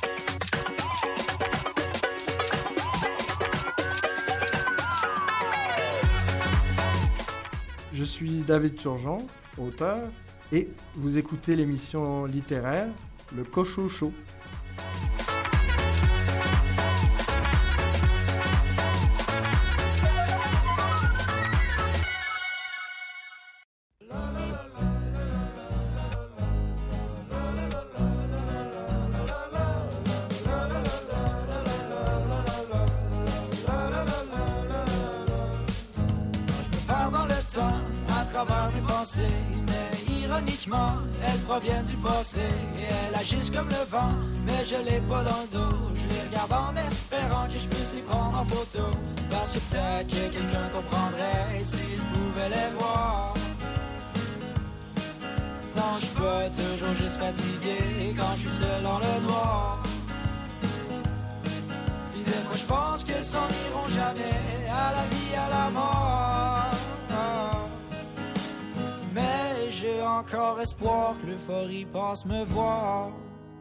Je suis David Turgeon, auteur, et vous écoutez l'émission littéraire Le Cochot Show. Elles proviennent du passé et elles agissent comme le vent, mais je l'ai pas dans le dos. Je les regarde en espérant que je puisse les prendre en photo, parce que peut-être que quelqu'un comprendrait s'il pouvait les voir. Non, je suis pas toujours juste fatigué quand je suis seul dans le noir. Puis des fois je pense qu'elles s'en iront jamais, à la vie, à la mort. Mais j'ai encore espoir que l'euphorie passe me voir.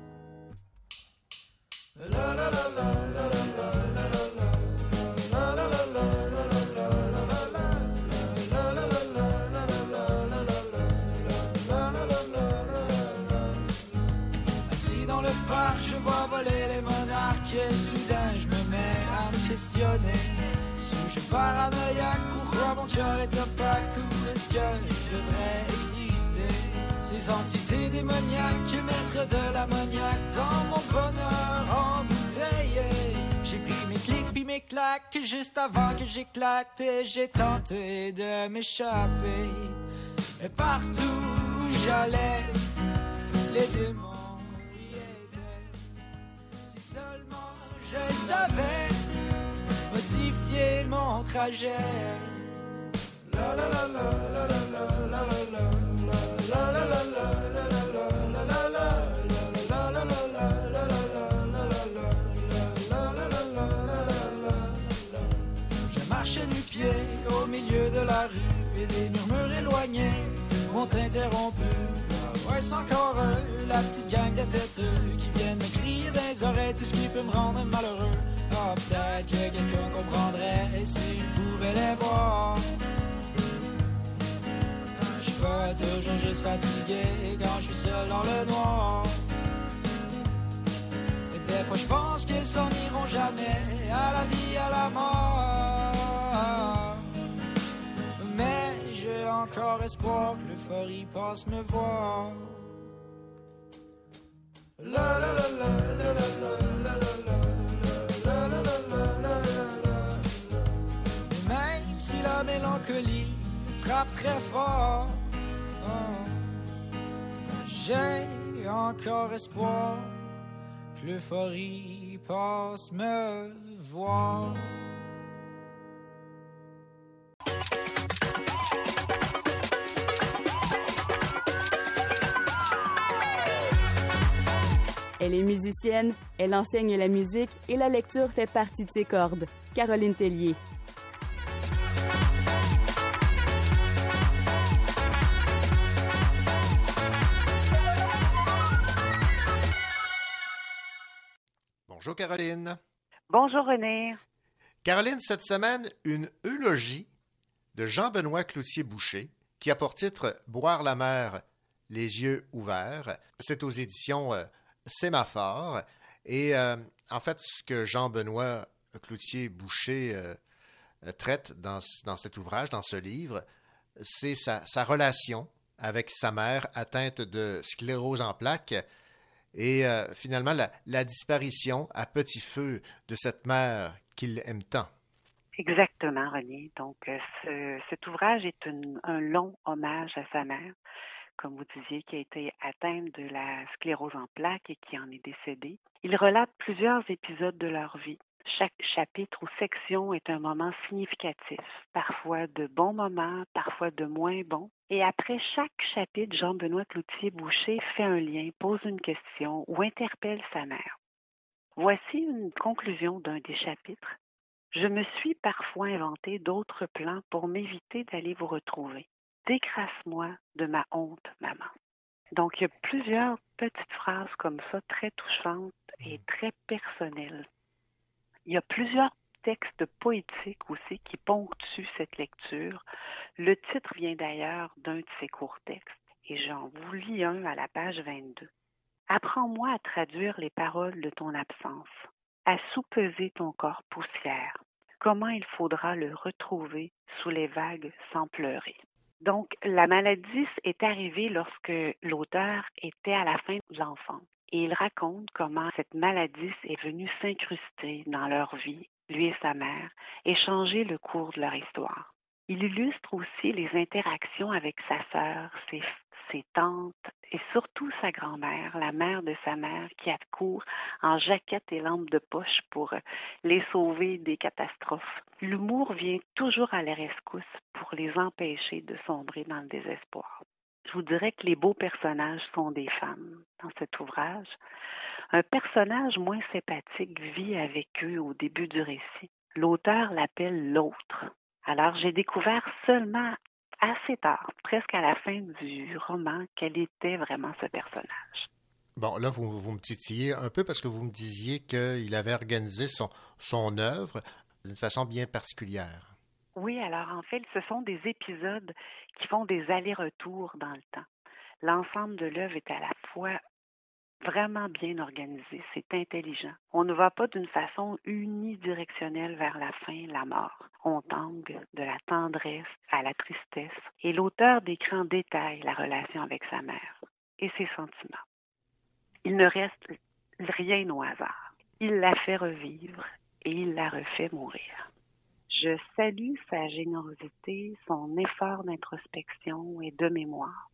Assis dans le parc, je vois voler les monarques et soudain je me mets à me questionner. Suis-je paranoïaque? Pourquoi mon cœur est opaque? Ou est-ce que je devrais exister? Ces entités démoniaques mettre de l'ammoniaque dans mon bonheur embouteillé. J'ai pris mes clics puis mes claques juste avant que j'éclate et j'ai tenté de m'échapper. Et partout où j'allais, les démons y étaient. Si seulement je savais modifier mon trajet. La la la la la la la la la la la la la je marchais nu-pied au milieu de la rue et des murmures éloignés m'ont interrompu. Ouais, encore eux, la petite gang de têteux qui viennent me crier dans les oreilles tout ce qui peut me rendre malheureux. Ah, peut-être que quelqu'un comprendrait s'il pouvait les voir. Je suis pas toujours juste fatigué quand je suis seul dans le noir. Et des fois je pense qu'ils s'en iront jamais, à la vie, à la mort. Mais j'ai encore espoir que l'euphorie passe me voir. La la la la la la la la la. Même si la mélancolie frappe très fort, j'ai encore espoir que l'euphorie passe me voir. Elle est musicienne, elle enseigne la musique et la lecture fait partie de ses cordes. Caroline Tellier. Bonjour Caroline. Bonjour René. Caroline, cette semaine, une eulogie de Jean-Benoît Cloutier-Boucher qui a pour titre « Boire la mer, Les yeux ouverts. C'est aux éditions Sémaphore. Et en fait, ce que Jean-Benoît Cloutier-Boucher traite dans cet ouvrage, dans ce livre, c'est sa relation avec sa mère atteinte de sclérose en plaques et finalement la disparition à petit feu de cette mère qu'il aime tant. Exactement, René. Donc, cet ouvrage est un long hommage à sa mère, comme vous disiez, qui a été atteinte de la sclérose en plaques et qui en est décédée. Il relate plusieurs épisodes de leur vie. Chaque chapitre ou section est un moment significatif, parfois de bons moments, parfois de moins bons. Et après chaque chapitre, Jean-Benoît Cloutier-Boucher fait un lien, pose une question ou interpelle sa mère. Voici une conclusion d'un des chapitres. Je me suis parfois inventé d'autres plans pour m'éviter d'aller vous retrouver. Dégrâce-moi de ma honte, maman. Donc, il y a plusieurs petites phrases comme ça, très touchantes et très personnelles. Il y a plusieurs textes poétiques aussi qui ponctuent cette lecture. Le titre vient d'ailleurs d'un de ces courts textes et j'en vous lis un à la page 22. Apprends-moi à traduire les paroles de ton absence, à soupeser ton corps poussière. Comment il faudra le retrouver sous les vagues sans pleurer. Donc, la maladie est arrivée lorsque l'auteur était à la fin de l'enfance. Et il raconte comment cette maladie est venue s'incruster dans leur vie, lui et sa mère, et changer le cours de leur histoire. Il illustre aussi les interactions avec sa sœur, ses tantes et surtout sa grand-mère, la mère de sa mère, qui accourt en jaquette et lampe de poche pour les sauver des catastrophes. L'humour vient toujours à leur rescousse pour les empêcher de sombrer dans le désespoir. Je vous dirais que les beaux personnages sont des femmes dans cet ouvrage. Un personnage moins sympathique vit avec eux au début du récit. L'auteur l'appelle l'autre. Alors, j'ai découvert seulement assez tard, presque à la fin du roman, quel était vraiment ce personnage. Bon, là, vous me titillez un peu parce que vous me disiez qu'il avait organisé son œuvre d'une façon bien particulière. Oui, alors en fait, ce sont des épisodes qui font des allers-retours dans le temps. L'ensemble de l'œuvre est à la fois vraiment bien organisé, c'est intelligent. On ne va pas d'une façon unidirectionnelle vers la fin, la mort. On tangue de la tendresse à la tristesse et l'auteur décrit en détail la relation avec sa mère et ses sentiments. Il ne reste rien au hasard. Il la fait revivre et il la refait mourir. Je salue sa générosité, son effort d'introspection et de mémoire.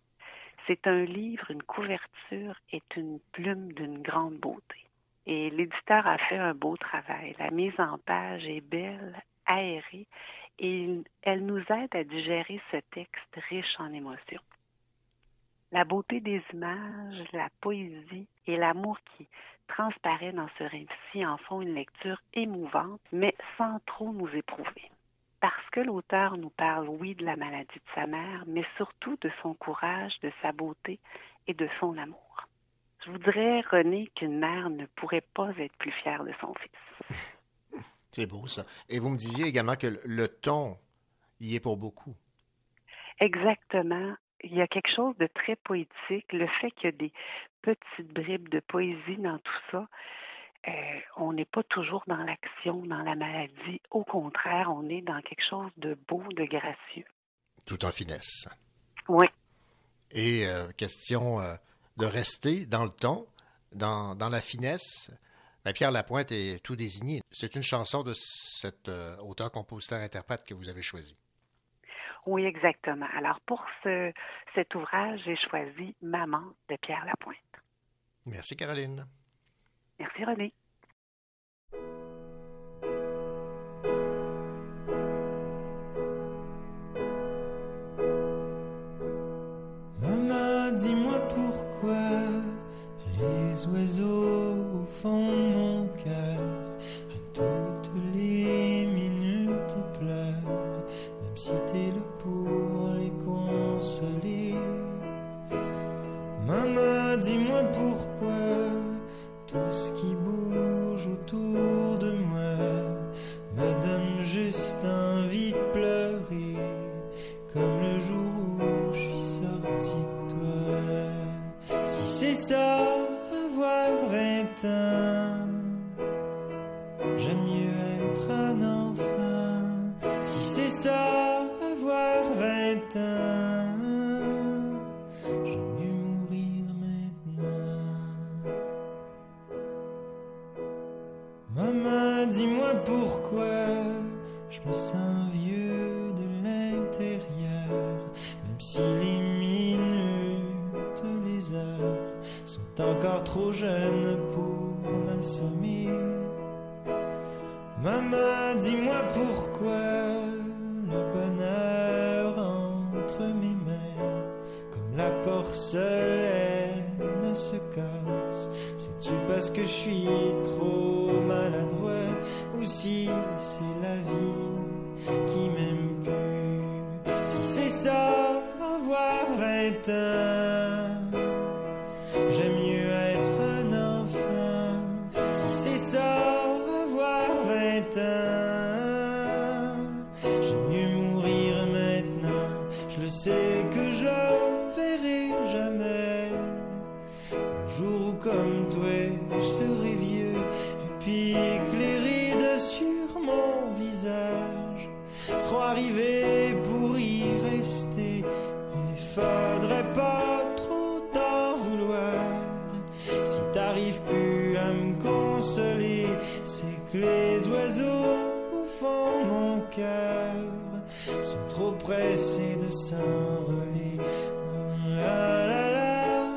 C'est un livre, une couverture est une plume d'une grande beauté. Et l'éditeur a fait un beau travail. La mise en page est belle, aérée, et elle nous aide à digérer ce texte riche en émotions. La beauté des images, la poésie et l'amour qui transparaît dans ce récit en font une lecture émouvante, mais sans trop nous éprouver. Parce que l'auteur nous parle, oui, de la maladie de sa mère, mais surtout de son courage, de sa beauté et de son amour. Je voudrais, René, qu'une mère ne pourrait pas être plus fière de son fils. C'est beau, ça. Et vous me disiez également que le ton y est pour beaucoup. Exactement. Il y a quelque chose de très poétique. Le fait qu'il y a des petites bribes de poésie dans tout ça, on n'est pas toujours dans l'action, dans la maladie. Au contraire, on est dans quelque chose de beau, de gracieux. Tout en finesse. Oui. Et question de rester dans le ton, dans la finesse. Pierre Lapointe est tout désigné. C'est une chanson de cet auteur-compositeur-interprète que vous avez choisi. Oui, exactement. Alors, pour cet ouvrage, j'ai choisi « Maman » de Pierre Lapointe. Merci, Caroline. Merci, René. Maman, dis-moi pourquoi les oiseaux au fond de mon cœur à toutes les minutes pleurent, même si t'es là pour les consoler. Maman, dis-moi pourquoi tout ce qui bouge autour de moi me donne juste envie de pleurer, comme le jour où je suis sorti de toi. ça, avoir 20 ans, j'aime mieux être un enfant. Si c'est ça, avoir 20 ans, j'aime mieux mourir maintenant. Maman, dis-moi pourquoi je me sens vieux de l'intérieur, même si les minutes, les heures sont encore trop jeunes pour m'assommer. Maman, dis-moi pourquoi le bonheur entre mes mains, comme la porcelaine se casse. C'est-tu parce que je suis trop maladroit, ou si c'est la vie qui m'aime plus? Si c'est ça, avoir 20 ans, j'aime mieux être un enfant. Si c'est ça, avoir 20 ans, j'aime mieux mourir maintenant. Je le sais que je le verrai jamais. Un jour où comme toi, je serai vieux, et puis que les rides sur mon visage seront arrivées pour y rester. Il faudrait pas trop t'en vouloir si t'arrives plus à me consoler. C'est que les oiseaux au fond de mon cœur sont trop pressés de s'envoler. La la la.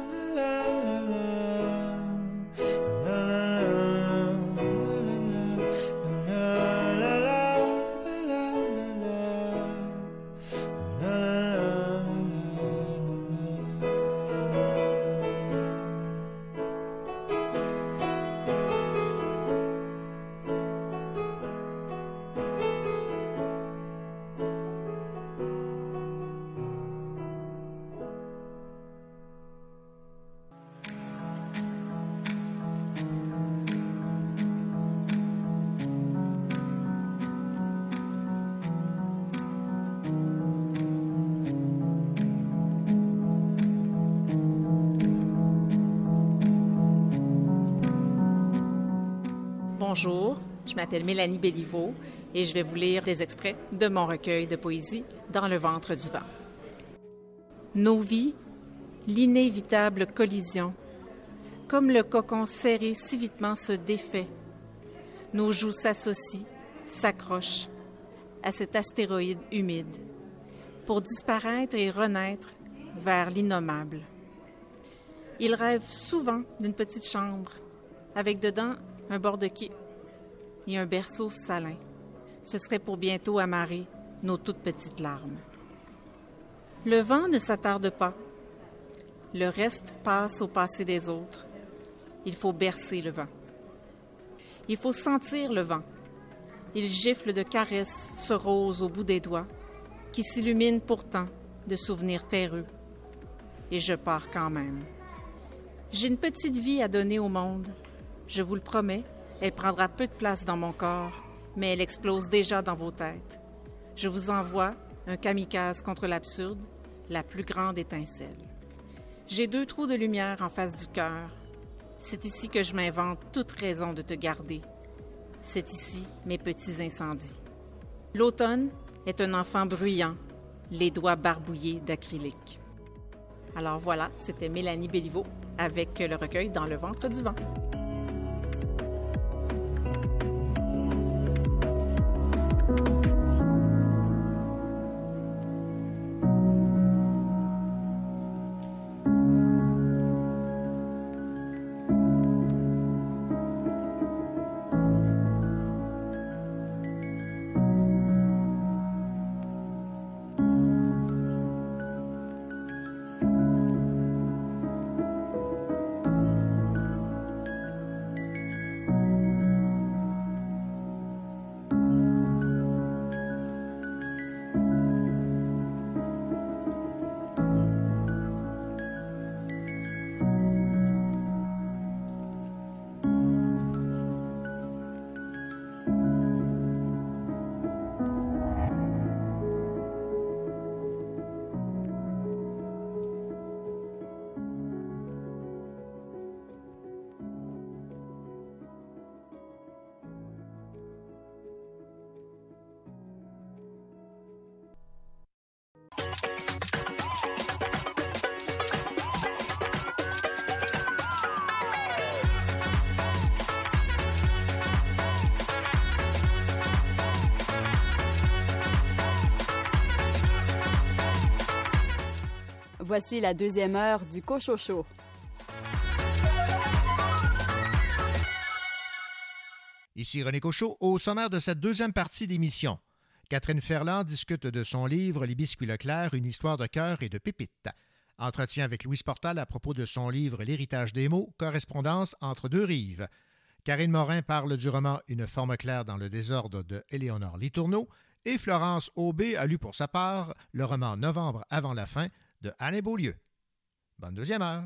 Bonjour, je m'appelle Mélanie Béliveau et je vais vous lire des extraits de mon recueil de poésie Dans le ventre du vent. Nos vies, l'inévitable collision, comme le cocon serré si vitement se défait. Nos joues s'associent, s'accrochent à cet astéroïde humide pour disparaître et renaître vers l'innommable. Il rêve souvent d'une petite chambre avec dedans un bord de quai et un berceau salin. Ce serait pour bientôt amarrer nos toutes petites larmes. Le vent ne s'attarde pas. Le reste passe au passé des autres. Il faut bercer le vent. Il faut sentir le vent. Il gifle de caresses ce rose au bout des doigts qui s'illumine pourtant de souvenirs terreux. Et je pars quand même. J'ai une petite vie à donner au monde. Je vous le promets, elle prendra peu de place dans mon corps, mais elle explose déjà dans vos têtes. Je vous envoie un kamikaze contre l'absurde, la plus grande étincelle. J'ai 2 trous de lumière en face du cœur. C'est ici que je m'invente toute raison de te garder. C'est ici mes petits incendies. L'automne est un enfant bruyant, les doigts barbouillés d'acrylique. Alors voilà, c'était Mélanie Béliveau avec le recueil Dans le ventre du vent. Voici la deuxième heure du Cochocho. Ici René Cochot, au sommaire de cette deuxième partie d'émission. Catherine Ferland discute de son livre « Les biscuits Leclerc, une histoire de cœur et de pépites ». Entretien avec Louise Portal à propos de son livre « L'héritage des mots, correspondance entre deux rives ». Karine Morin parle du roman « Une forme claire dans le désordre » de Éléonore Litourneau. Et Florence Aubé a lu pour sa part le roman « Novembre avant la fin » de Alain Beaulieu. Bonne deuxième heure.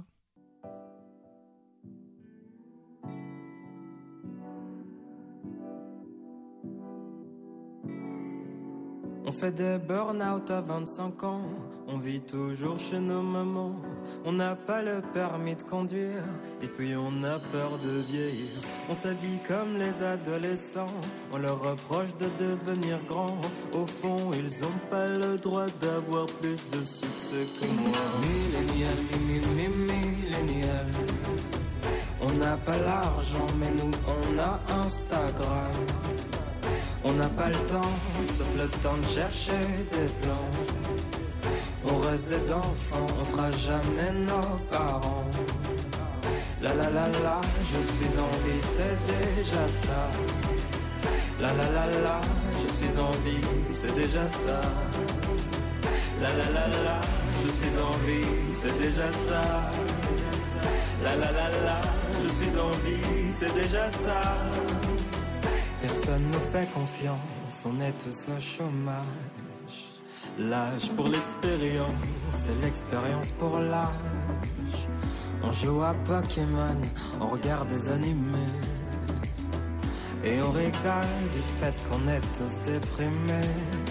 On fait des burn-out à 25 ans, on vit toujours chez nos mamans. On n'a pas le permis de conduire, et puis on a peur de vieillir. On s'habille comme les adolescents, on leur reproche de devenir grands. Au fond, ils ont pas le droit d'avoir plus de succès que moi. Millénial, millénial. On n'a pas l'argent, mais nous on a Instagram. On n'a pas le temps, sauf le temps de chercher des plans. On reste des enfants, on sera jamais nos parents. La la la la, je suis en vie, c'est déjà ça. La la la la, je suis en vie, c'est déjà ça. La la la la, je suis en vie, c'est déjà ça. La la la la, je suis en vie, c'est déjà ça. Personne ne fait confiance, on est tous au chômage. L'âge pour l'expérience, c'est l'expérience pour l'âge. On joue à Pokémon, on regarde des animés. Et on rigole du fait qu'on est tous déprimés.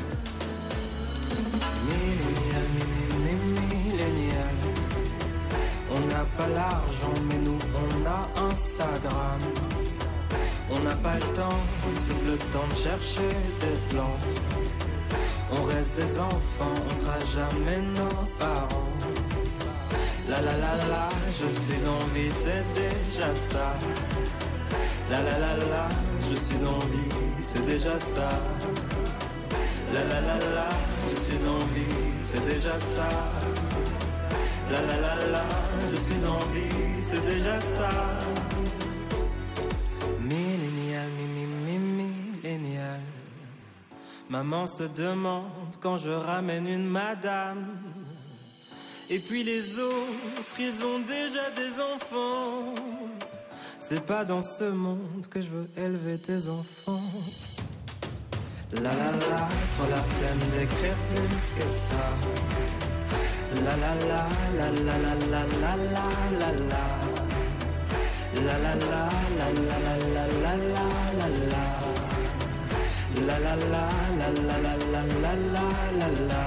Millénial, millénial. On n'a pas l'argent, mais nous on a Instagram. On n'a pas le temps, sauf le temps de chercher des plans. On reste des enfants, on sera jamais nos parents. La la la la, je suis en vie, c'est déjà ça. La la la la, je suis en vie, c'est déjà ça. La la la la, je suis en vie, c'est déjà ça. La la la la, je suis en vie, c'est déjà ça. Millénial, millénial. Maman se demande quand je ramène une madame. Et puis les autres, ils ont déjà des enfants. C'est pas dans ce monde que je veux élever tes enfants. La la la, trop la flemme d'écrire plus que ça. La la la, la la la la la la la la. La la la, la la la la la la la. La la la, la la la la la la la.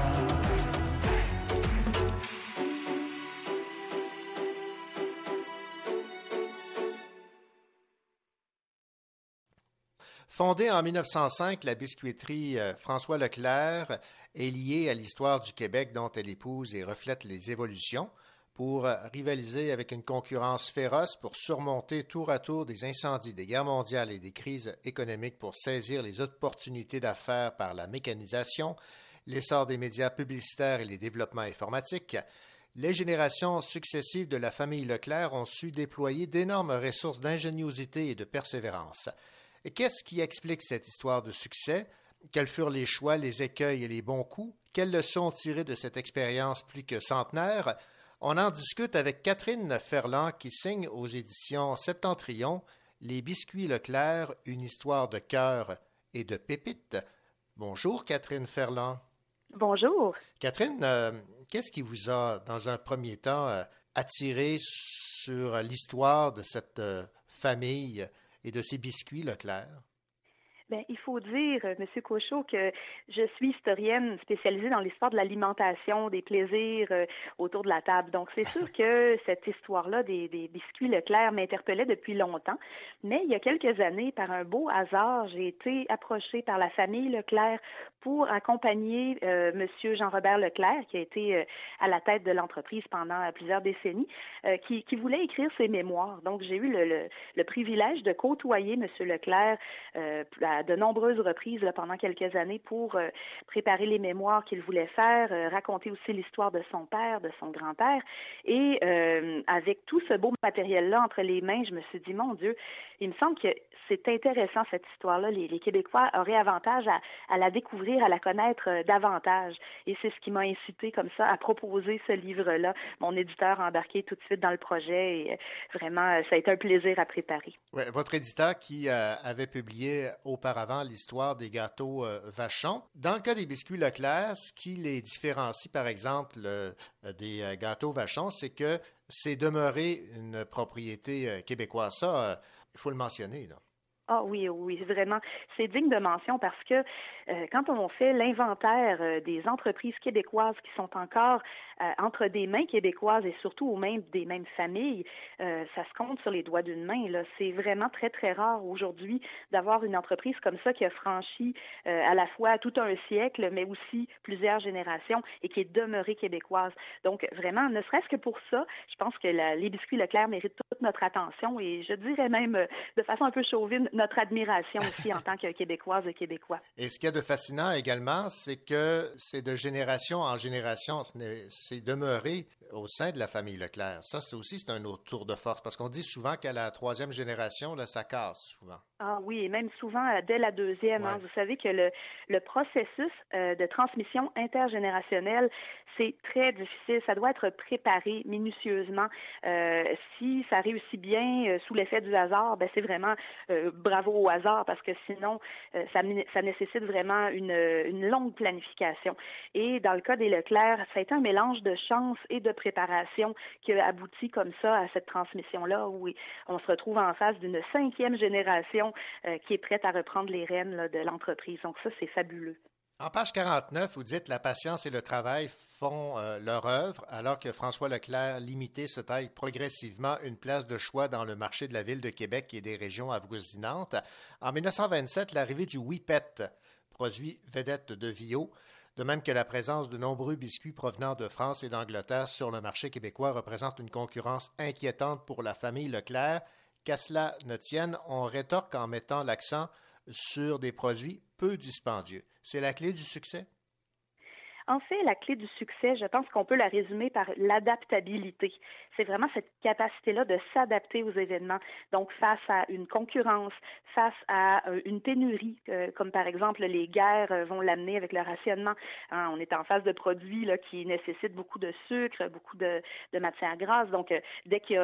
Fondée en 1905, la biscuiterie François Leclerc est liée à l'histoire du Québec dont elle épouse et reflète les évolutions pour rivaliser avec une concurrence féroce pour surmonter tour à tour des incendies, des guerres mondiales et des crises économiques pour saisir les opportunités d'affaires par la mécanisation, l'essor des médias publicitaires et les développements informatiques. Les générations successives de la famille Leclerc ont su déployer d'énormes ressources d'ingéniosité et de persévérance. Et qu'est-ce qui explique cette histoire de succès? Quels furent les choix, les écueils et les bons coups? Quelles leçons tirées de cette expérience plus que centenaire? On en discute avec Catherine Ferland qui signe aux éditions Septentrion « Les biscuits Leclerc, une histoire de cœur et de pépites ». Bonjour Catherine Ferland. Bonjour. Catherine, qu'est-ce qui vous a, dans un premier temps, attiré sur l'histoire de cette famille et de ces biscuits Leclerc? Bien, il faut dire, M. Cochot, que je suis historienne spécialisée dans l'histoire de l'alimentation, des plaisirs autour de la table. Donc, c'est sûr que cette histoire-là des biscuits Leclerc m'interpellait depuis longtemps. Mais il y a quelques années, par un beau hasard, j'ai été approchée par la famille Leclerc pour accompagner M. Jean-Robert Leclerc, qui a été à la tête de l'entreprise pendant plusieurs décennies, qui voulait écrire ses mémoires. Donc, j'ai eu le privilège de côtoyer M. Leclerc à de nombreuses reprises là, pendant quelques années pour préparer les mémoires qu'il voulait faire, raconter aussi l'histoire de son père, de son grand-père. Et avec tout ce beau matériel-là entre les mains, je me suis dit, mon Dieu, il me semble que c'est intéressant cette histoire-là. Les Québécois auraient avantage à la découvrir, à la connaître davantage. Et c'est ce qui m'a incité comme ça à proposer ce livre-là. Mon éditeur a embarqué tout de suite dans le projet et vraiment, ça a été un plaisir à préparer. Ouais, votre éditeur qui avait publié auparavant l'histoire des gâteaux Vachon. Dans le cas des biscuits Leclerc, ce qui les différencie, par exemple, des gâteaux Vachon, c'est que c'est demeuré une propriété québécoise. Ça, il faut le mentionner, là. Ah oui, oui, vraiment. C'est digne de mention parce que quand on fait l'inventaire des entreprises québécoises qui sont encore entre des mains québécoises et surtout aux mains des mêmes familles, ça se compte sur les doigts d'une main, là. C'est vraiment très, très rare aujourd'hui d'avoir une entreprise comme ça qui a franchi à la fois tout un siècle, mais aussi plusieurs générations et qui est demeurée québécoise. Donc, vraiment, ne serait-ce que pour ça, je pense que les biscuits Leclerc méritent toute notre attention et je dirais même de façon un peu chauvine, notre admiration aussi en tant que Québécoises et Québécois. Et ce qu'il y a de fascinant également, c'est que c'est de génération en génération, c'est demeuré au sein de la famille Leclerc. Ça, c'est un autre tour de force, parce qu'on dit souvent qu'à la troisième génération, là, ça casse souvent. Ah oui, et même souvent dès la deuxième. Ouais. Hein, vous savez que le processus de transmission intergénérationnelle, c'est très difficile. Ça doit être préparé minutieusement. Si ça réussit bien sous l'effet du hasard, ben c'est vraiment bravo au hasard, parce que sinon, ça nécessite vraiment une longue planification. Et dans le cas des Leclerc, ça a été un mélange de chance et de préparation qui a abouti comme ça à cette transmission-là, où on se retrouve en face d'une 5e génération qui est prête à reprendre les rênes là, de l'entreprise. Donc ça, c'est fabuleux. En page 49, vous dites « La patience et le travail font leur œuvre », alors que François Leclerc Limité se taille progressivement une place de choix dans le marché de la ville de Québec et des régions avoisinantes. En 1927, l'arrivée du Whippet, produit vedette de Viau, de même que la présence de nombreux biscuits provenant de France et d'Angleterre sur le marché québécois représente une concurrence inquiétante pour la famille Leclerc. Qu'à cela ne tienne, on rétorque en mettant l'accent sur des produits peu dispendieux. C'est la clé du succès? En fait, la clé du succès, je pense qu'on peut la résumer par l'adaptabilité. C'est vraiment cette capacité-là de s'adapter aux événements. Donc, face à une concurrence, face à une pénurie, comme par exemple les guerres vont l'amener avec le rationnement. Hein, on est en face de produits là, qui nécessitent beaucoup de sucre, beaucoup de matières grasses. Donc, dès qu'il y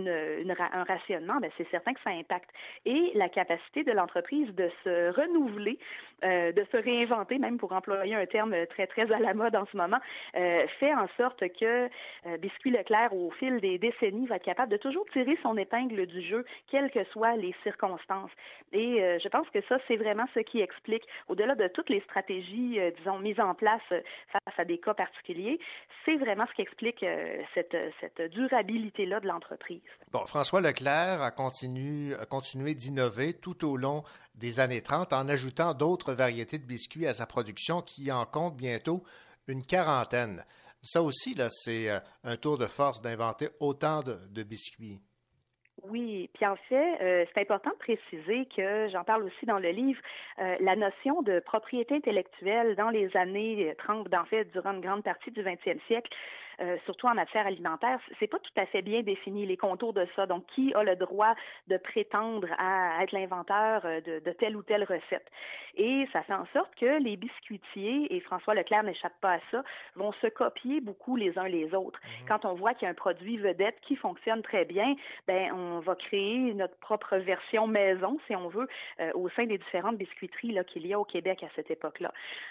a un rationnement, ben, c'est certain que ça impacte. Et la capacité de l'entreprise de se renouveler, de se réinventer, même pour employer un terme très, très à la mode en ce moment, fait en sorte que Biscuits Leclerc, au fil des décennies, va être capable de toujours tirer son épingle du jeu, quelles que soient les circonstances. Et je pense que ça, c'est vraiment ce qui explique, au-delà de toutes les stratégies, disons, mises en place face à des cas particuliers, c'est vraiment ce qui explique cette durabilité-là de l'entreprise. Bon, François Leclerc a continué d'innover tout au long des années 30 en ajoutant d'autres variétés de biscuits à sa production qui en compte bientôt une quarantaine. Ça aussi, là, c'est un tour de force d'inventer autant de biscuits. Oui, puis en fait, c'est important de préciser que, j'en parle aussi dans le livre, la notion de propriété intellectuelle dans les années 30, en fait, durant une grande partie du 20e siècle, surtout en matière alimentaire, c'est pas tout à fait bien défini, les contours de ça. Donc, qui a le droit de prétendre à être l'inventeur de telle ou telle recette? Et ça fait en sorte que les biscuitiers, et François Leclerc n'échappe pas à ça, vont se copier beaucoup les uns les autres. Quand on voit qu'il y a un produit vedette qui fonctionne très bien, ben on va créer notre propre version maison, si on veut, au sein des différentes biscuiteries là, qu'il y a au Québec à cette époque-là.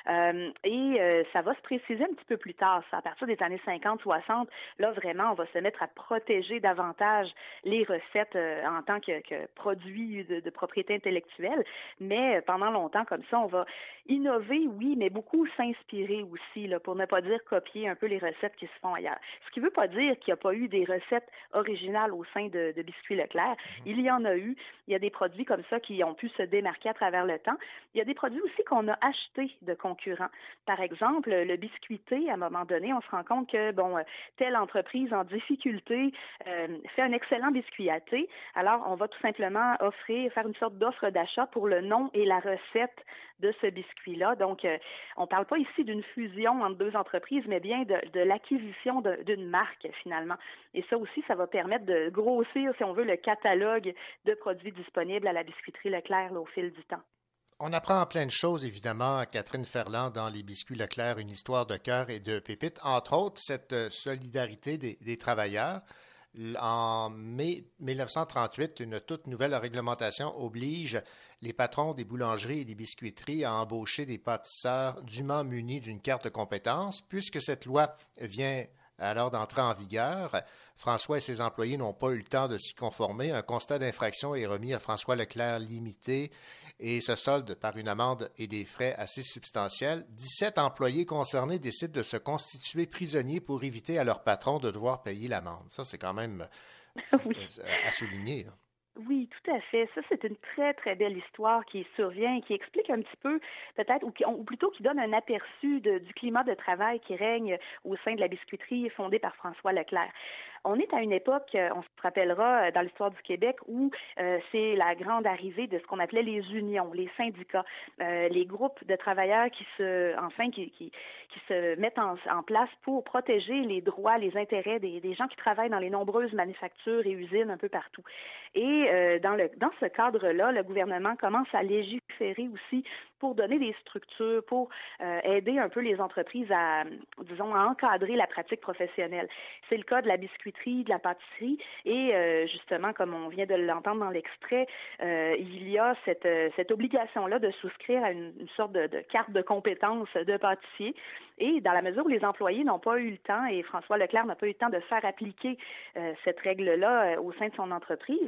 Ça va se préciser un petit peu plus tard, ça, à partir des années 50, 60, là, vraiment, on va se mettre à protéger davantage les recettes en tant que produits de propriété intellectuelle. Mais pendant longtemps, comme ça, on va innover, oui, mais beaucoup s'inspirer aussi, là, pour ne pas dire copier un peu les recettes qui se font ailleurs. Ce qui ne veut pas dire qu'il n'y a pas eu des recettes originales au sein de Biscuits Leclerc. Il y en a eu. Il y a des produits comme ça qui ont pu se démarquer à travers le temps. Il y a des produits aussi qu'on a achetés de concurrents. Par exemple, le biscuité, à un moment donné, on se rend compte que, bon, bon, telle entreprise en difficulté fait un excellent biscuit à thé. Alors, on va tout simplement faire une sorte d'offre d'achat pour le nom et la recette de ce biscuit-là. Donc, on ne parle pas ici d'une fusion entre deux entreprises, mais bien de l'acquisition d'une marque, finalement. Et ça aussi, ça va permettre de grossir, si on veut, le catalogue de produits disponibles à la biscuiterie Leclerc là, au fil du temps. On apprend plein de choses, évidemment, à Catherine Ferland dans Les Biscuits Leclerc, une histoire de cœur et de pépites. Entre autres, cette solidarité des travailleurs. En mai 1938, une toute nouvelle réglementation oblige les patrons des boulangeries et des biscuiteries à embaucher des pâtisseurs dûment munis d'une carte de compétences. Puisque cette loi vient alors d'entrer en vigueur, François et ses employés n'ont pas eu le temps de s'y conformer. Un constat d'infraction est remis à François Leclerc Limité et se solde par une amende et des frais assez substantiels. 17 employés concernés décident de se constituer prisonniers pour éviter à leur patron de devoir payer l'amende. Ça, c'est quand même à souligner, là. Oui, tout à fait. Ça, c'est une très, très belle histoire qui survient et qui explique un petit peu, peut-être, ou plutôt qui donne un aperçu du climat de travail qui règne au sein de la biscuiterie fondée par François Leclerc. On est à une époque, on se rappellera dans l'histoire du Québec, où c'est la grande arrivée de ce qu'on appelait les unions, les syndicats, les groupes de travailleurs qui se mettent en place pour protéger les droits, les intérêts des gens qui travaillent dans les nombreuses manufactures et usines un peu partout. Et dans ce cadre-là, le gouvernement commence à légiférer aussi pour donner des structures, pour aider un peu les entreprises à encadrer la pratique professionnelle. C'est le cas de la biscuiterie, de la pâtisserie et justement, comme on vient de l'entendre dans l'extrait, il y a cette obligation-là de souscrire à une sorte de carte de compétences de pâtissier. Et dans la mesure où les employés n'ont pas eu le temps, et François Leclerc n'a pas eu le temps de faire appliquer cette règle-là au sein de son entreprise,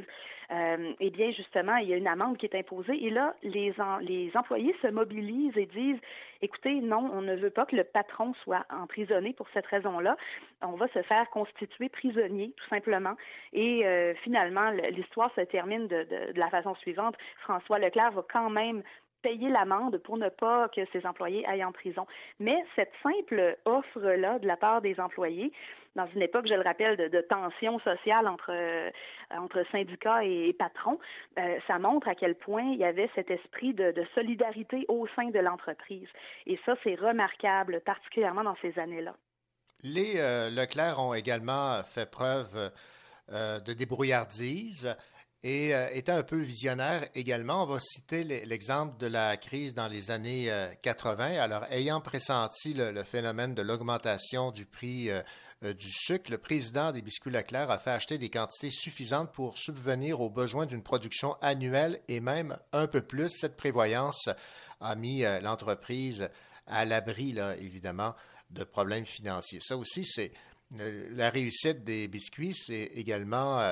eh bien, justement, il y a une amende qui est imposée. Et là, les employés se mobilisent et disent, écoutez, non, on ne veut pas que le patron soit emprisonné pour cette raison-là. On va se faire constituer prisonnier, tout simplement. Et finalement, l'histoire se termine de la façon suivante. François Leclerc va quand même payer l'amende pour ne pas que ses employés aillent en prison. Mais cette simple offre-là de la part des employés, dans une époque, je le rappelle, de tension sociale entre syndicats et patrons, ça montre à quel point il y avait cet esprit de solidarité au sein de l'entreprise. Et ça, c'est remarquable, particulièrement dans ces années-là. Les Leclerc ont également fait preuve de débrouillardise. Et étant un peu visionnaire également, on va citer l'exemple de la crise dans les années 80. Alors, ayant pressenti le phénomène de l'augmentation du prix du sucre, le président des Biscuits Leclerc a fait acheter des quantités suffisantes pour subvenir aux besoins d'une production annuelle et même un peu plus. Cette prévoyance a mis l'entreprise à l'abri, là, évidemment, de problèmes financiers. Ça aussi, c'est la réussite des biscuits, c'est également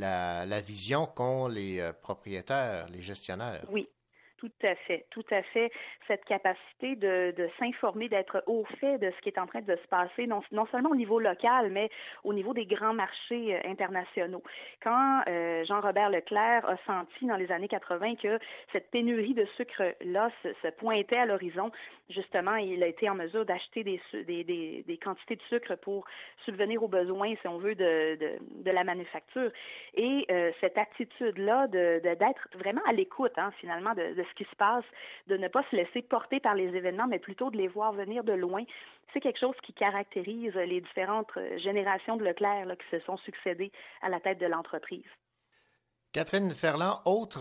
la vision qu'ont les propriétaires, les gestionnaires. Oui, tout à fait, tout à fait. Cette capacité de s'informer, d'être au fait de ce qui est en train de se passer, non seulement au niveau local, mais au niveau des grands marchés internationaux. Quand Jean-Robert Leclerc a senti dans les années 80 que cette pénurie de sucre-là se pointait à l'horizon, justement, il a été en mesure d'acheter des quantités de sucre pour subvenir aux besoins, si on veut, de la manufacture. Et cette attitude-là d'être vraiment à l'écoute, finalement, de ce qui se passe, de ne pas se laisser porter par les événements, mais plutôt de les voir venir de loin, c'est quelque chose qui caractérise les différentes générations de Leclerc là, qui se sont succédées à la tête de l'entreprise. Catherine Ferland, autre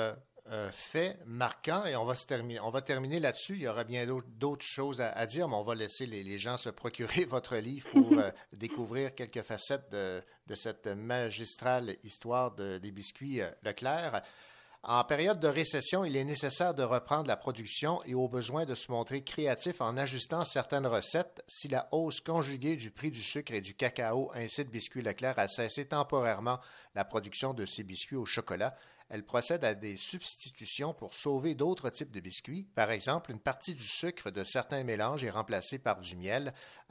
fait marquant, et on va terminer là-dessus. Il y aura bien d'autres choses à dire, mais on va laisser les gens se procurer votre livre pour découvrir quelques facettes de cette magistrale histoire des biscuits Leclerc. En période de récession, il est nécessaire de reprendre la production et au besoin de se montrer créatif en ajustant certaines recettes. Si la hausse conjuguée du prix du sucre et du cacao incite Biscuits Leclerc à cesser temporairement la production de ses biscuits au chocolat, elle procède à des substitutions pour sauver d'autres types de biscuits. Par exemple, une partie du sucre de certains mélanges est remplacée par du miel,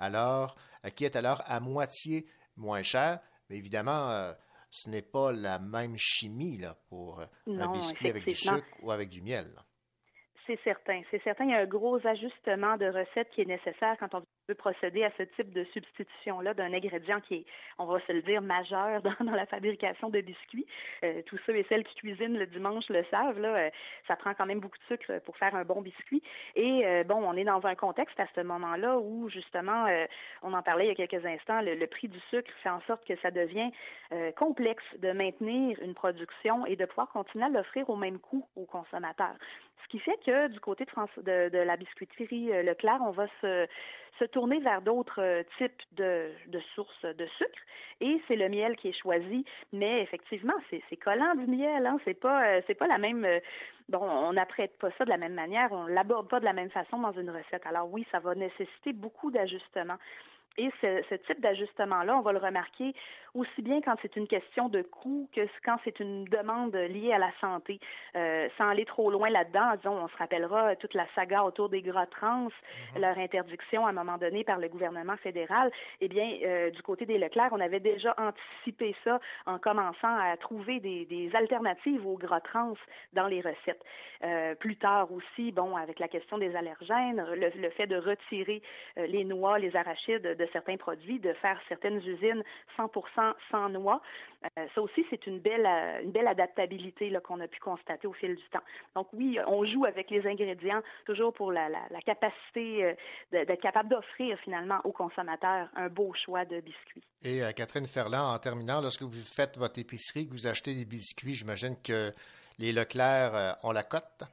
qui est alors à moitié moins cher. Mais évidemment, ce n'est pas la même chimie là, pour un biscuit avec du sucre ou avec du miel. C'est certain. Il y a un gros ajustement de recettes qui est nécessaire quand on veut procéder à ce type de substitution-là d'un ingrédient qui est, on va se le dire, majeur dans la fabrication de biscuits. Tous ceux et celles qui cuisinent le dimanche le savent, là, ça prend quand même beaucoup de sucre pour faire un bon biscuit. Et bon, on est dans un contexte à ce moment-là où, justement, on en parlait il y a quelques instants, le prix du sucre fait en sorte que ça devient complexe de maintenir une production et de pouvoir continuer à l'offrir au même coût aux consommateurs. Ce qui fait que du côté de la biscuiterie Leclerc, on va se tourner vers d'autres types de sources de sucre, et c'est le miel qui est choisi. Mais effectivement, c'est collant du miel, hein? C'est pas la même. Bon, on n'apprête pas ça de la même manière, on l'aborde pas de la même façon dans une recette. Alors oui, ça va nécessiter beaucoup d'ajustements. Et ce type d'ajustement-là, on va le remarquer aussi bien quand c'est une question de coût que quand c'est une demande liée à la santé. Sans aller trop loin là-dedans, disons, on se rappellera toute la saga autour des gras trans, leur interdiction à un moment donné par le gouvernement fédéral. Eh bien, du côté des Leclerc, on avait déjà anticipé ça en commençant à trouver des alternatives aux gras trans dans les recettes. Plus tard aussi, bon, avec la question des allergènes, le fait de retirer les noix, les arachides de certains produits, de faire certaines usines 100% sans noix. Ça aussi, c'est une belle adaptabilité là, qu'on a pu constater au fil du temps. Donc oui, on joue avec les ingrédients toujours pour la capacité d'être capable d'offrir finalement aux consommateurs un beau choix de biscuits. Et Catherine Ferland, en terminant, lorsque vous faites votre épicerie, que vous achetez des biscuits, j'imagine que les Leclerc ont la cote?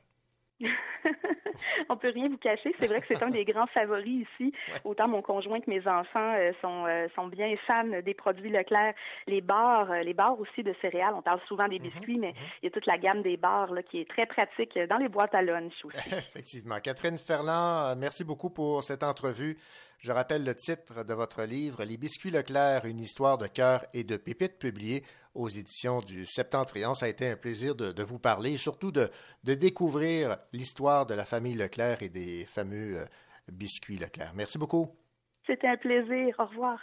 On peut rien vous cacher. C'est vrai que c'est un des grands favoris ici. Autant mon conjoint que mes enfants sont bien fans des produits Leclerc. Les barres aussi de céréales. On parle souvent des biscuits, mais il y a toute la gamme des barres là, qui est très pratique dans les boîtes à lunch aussi. Effectivement. Catherine Ferland, merci beaucoup pour cette entrevue. Je rappelle le titre de votre livre, « Les biscuits Leclerc, une histoire de cœur et de pépites », publié aux éditions du Septentrion. Ça a été un plaisir de vous parler et surtout de découvrir l'histoire de la famille Leclerc et des fameux biscuits Leclerc. Merci beaucoup. C'était un plaisir. Au revoir.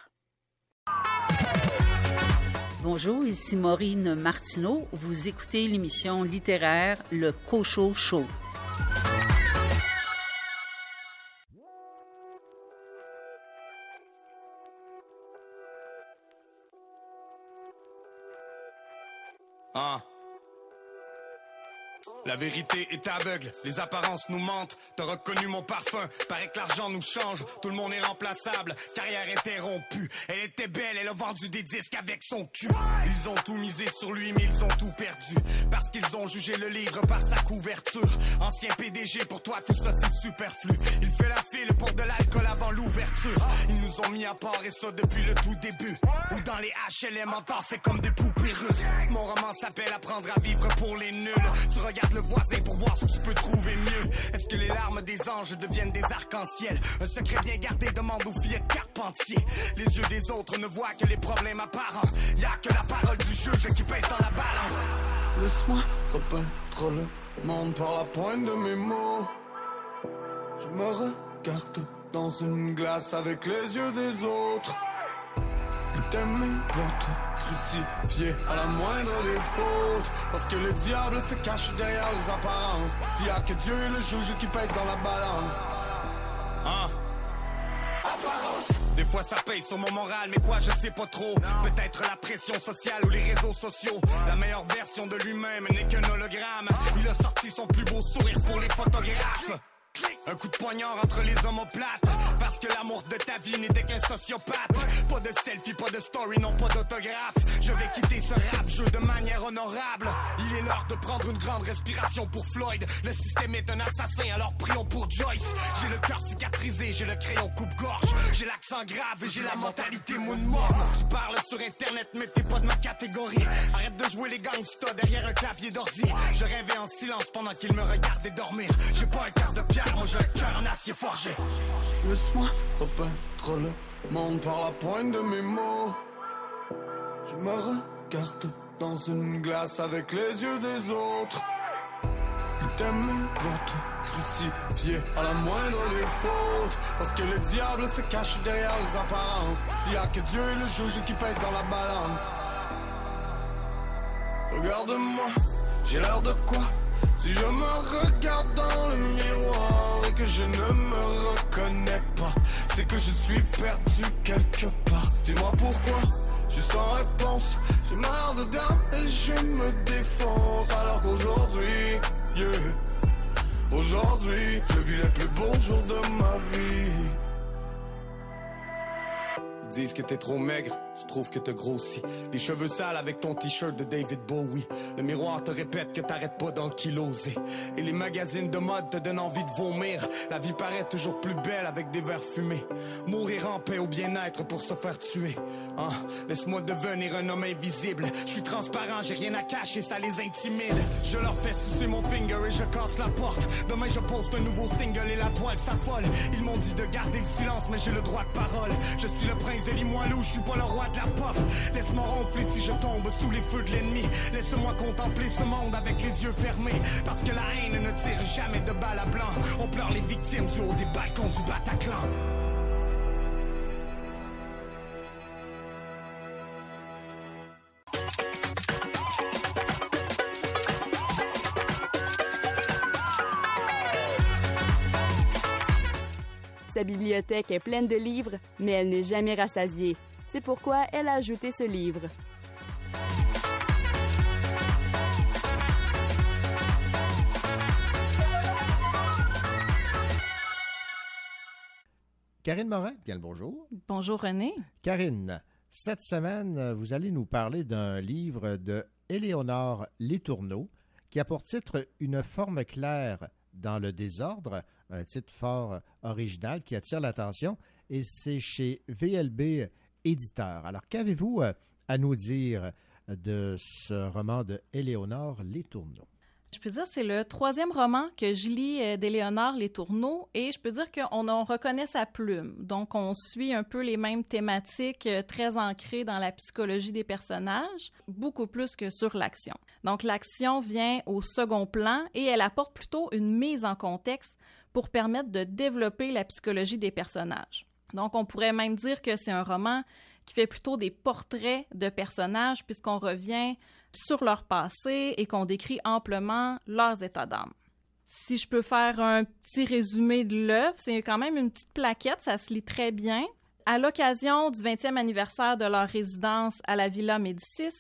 Bonjour, ici Maureen Martineau. Vous écoutez l'émission littéraire Le Cochot Show. La vérité est aveugle, les apparences nous mentent. T'as reconnu mon parfum, paraît que l'argent nous change. Tout le monde est remplaçable, carrière interrompue. Elle était belle, elle a vendu des disques avec son cul. Ils ont tout misé sur lui, mais ils ont tout perdu. Parce qu'ils ont jugé le livre par sa couverture. Ancien PDG, pour toi tout ça c'est superflu. Il fait la file pour de l'alcool avant l'ouverture. Ils nous ont mis à part et ça depuis le tout début. Ou dans les HLM en temps, c'est comme des poupées russes. Mon roman s'appelle Apprendre à vivre pour les nuls. Tu regardes le voisin pour voir ce qu'il peut trouver mieux. Est-ce que les larmes des anges deviennent des arcs-en-ciel? Un secret bien gardé demande aux filles de Carpentier. Les yeux des autres ne voient que les problèmes apparents. Y'a que la parole du juge qui pèse dans la balance. Laisse-moi repeindre le monde par la pointe de mes mots. Je me regarde dans une glace avec les yeux des autres. Ils t'aiment et vont te crucifier à la moindre des fautes. Parce que le diable se cache derrière les apparences. S'il y a que Dieu et le juge qui pèsent dans la balance. Des fois ça paye sur mon moral, mais quoi je sais pas trop. Peut-être la pression sociale ou les réseaux sociaux. La meilleure version de lui-même n'est qu'un hologramme. Il a sorti son plus beau sourire pour les photographes. Un coup de poignard entre les omoplates. Parce que l'amour de ta vie n'était qu'un sociopathe. Pas de selfie, pas de story, non pas d'autographe. Je vais quitter ce rap-jeu de manière honorable. Il est l'heure de prendre une grande respiration pour Floyd. Le système est un assassin, alors prions pour Joyce. J'ai le cœur cicatrisé, j'ai le crayon coupe-gorge. J'ai l'accent grave et j'ai la mentalité moon-mort. Tu parles sur internet mais t'es pas de ma catégorie. Arrête de jouer les gangsters derrière un clavier d'ordi. Je rêvais en silence pendant qu'ils me regardaient dormir. J'ai pas un cœur de pierre, moi j'ai un cœur en acier forgé. Laisse-moi repeindre le monde par la pointe de mes mots. Je me regarde dans une glace avec les yeux des autres. Ils t'aiment et vont te crucifier à la moindre des fautes. Parce que le diable se cache derrière les apparences. S'il y a que Dieu et le juge qui pèsent dans la balance. Regarde-moi, j'ai l'air de quoi? Si je me regarde dans le miroir, mais que je ne me reconnais pas. C'est que je suis perdu quelque part. Dis-moi pourquoi, je suis sans réponse. J'ai mal dedans et je me défonce. Alors qu'aujourd'hui, aujourd'hui, je vis les plus beaux jours de ma vie. Ils disent que t'es trop maigre, tu trouves que t'as grossi. Les cheveux sales avec ton t-shirt de David Bowie. Le miroir te répète que t'arrêtes pas d'enkyloser. Et les magazines de mode te donnent envie de vomir. La vie paraît toujours plus belle avec des verres fumés. Mourir en paix ou bien-être pour se faire tuer. Hein? Laisse-moi devenir un homme invisible. Je suis transparent, j'ai rien à cacher, ça les intimide. Je leur fais sucer mon finger et je casse la porte. Demain je poste un nouveau single et la toile s'affole. Ils m'ont dit de garder le silence mais j'ai le droit de parole. Je suis le prince de Limoilou, je suis pas le roi de la pop. Laisse-moi ronfler si je tombe sous les feux de l'ennemi. Laisse-moi contempler ce monde avec les yeux fermés. Parce que la haine ne tire jamais de balles à blanc. On pleure les victimes du haut des balcons du Bataclan. Sa bibliothèque est pleine de livres, mais elle n'est jamais rassasiée. C'est pourquoi elle a ajouté ce livre. Karine Morin, bien le bonjour. Bonjour René. Karine, cette semaine, vous allez nous parler d'un livre de Éléonore Letourneau qui a pour titre « Une forme claire dans le désordre », un titre fort original qui attire l'attention, et c'est chez VLB Éditeur. Alors, qu'avez-vous à nous dire de ce roman de Éléonore Letourneau? Je peux dire que c'est le 3e roman que je lis d'Éléonore Letourneau et je peux dire qu'on reconnaît sa plume. Donc, on suit un peu les mêmes thématiques très ancrées dans la psychologie des personnages, beaucoup plus que sur l'action. Donc, l'action vient au second plan et elle apporte plutôt une mise en contexte pour permettre de développer la psychologie des personnages. Donc, on pourrait même dire que c'est un roman qui fait plutôt des portraits de personnages puisqu'on revient sur leur passé et qu'on décrit amplement leurs états d'âme. Si je peux faire un petit résumé de l'œuvre, c'est quand même une petite plaquette, ça se lit très bien. À l'occasion du 20e anniversaire de leur résidence à la Villa Médicis,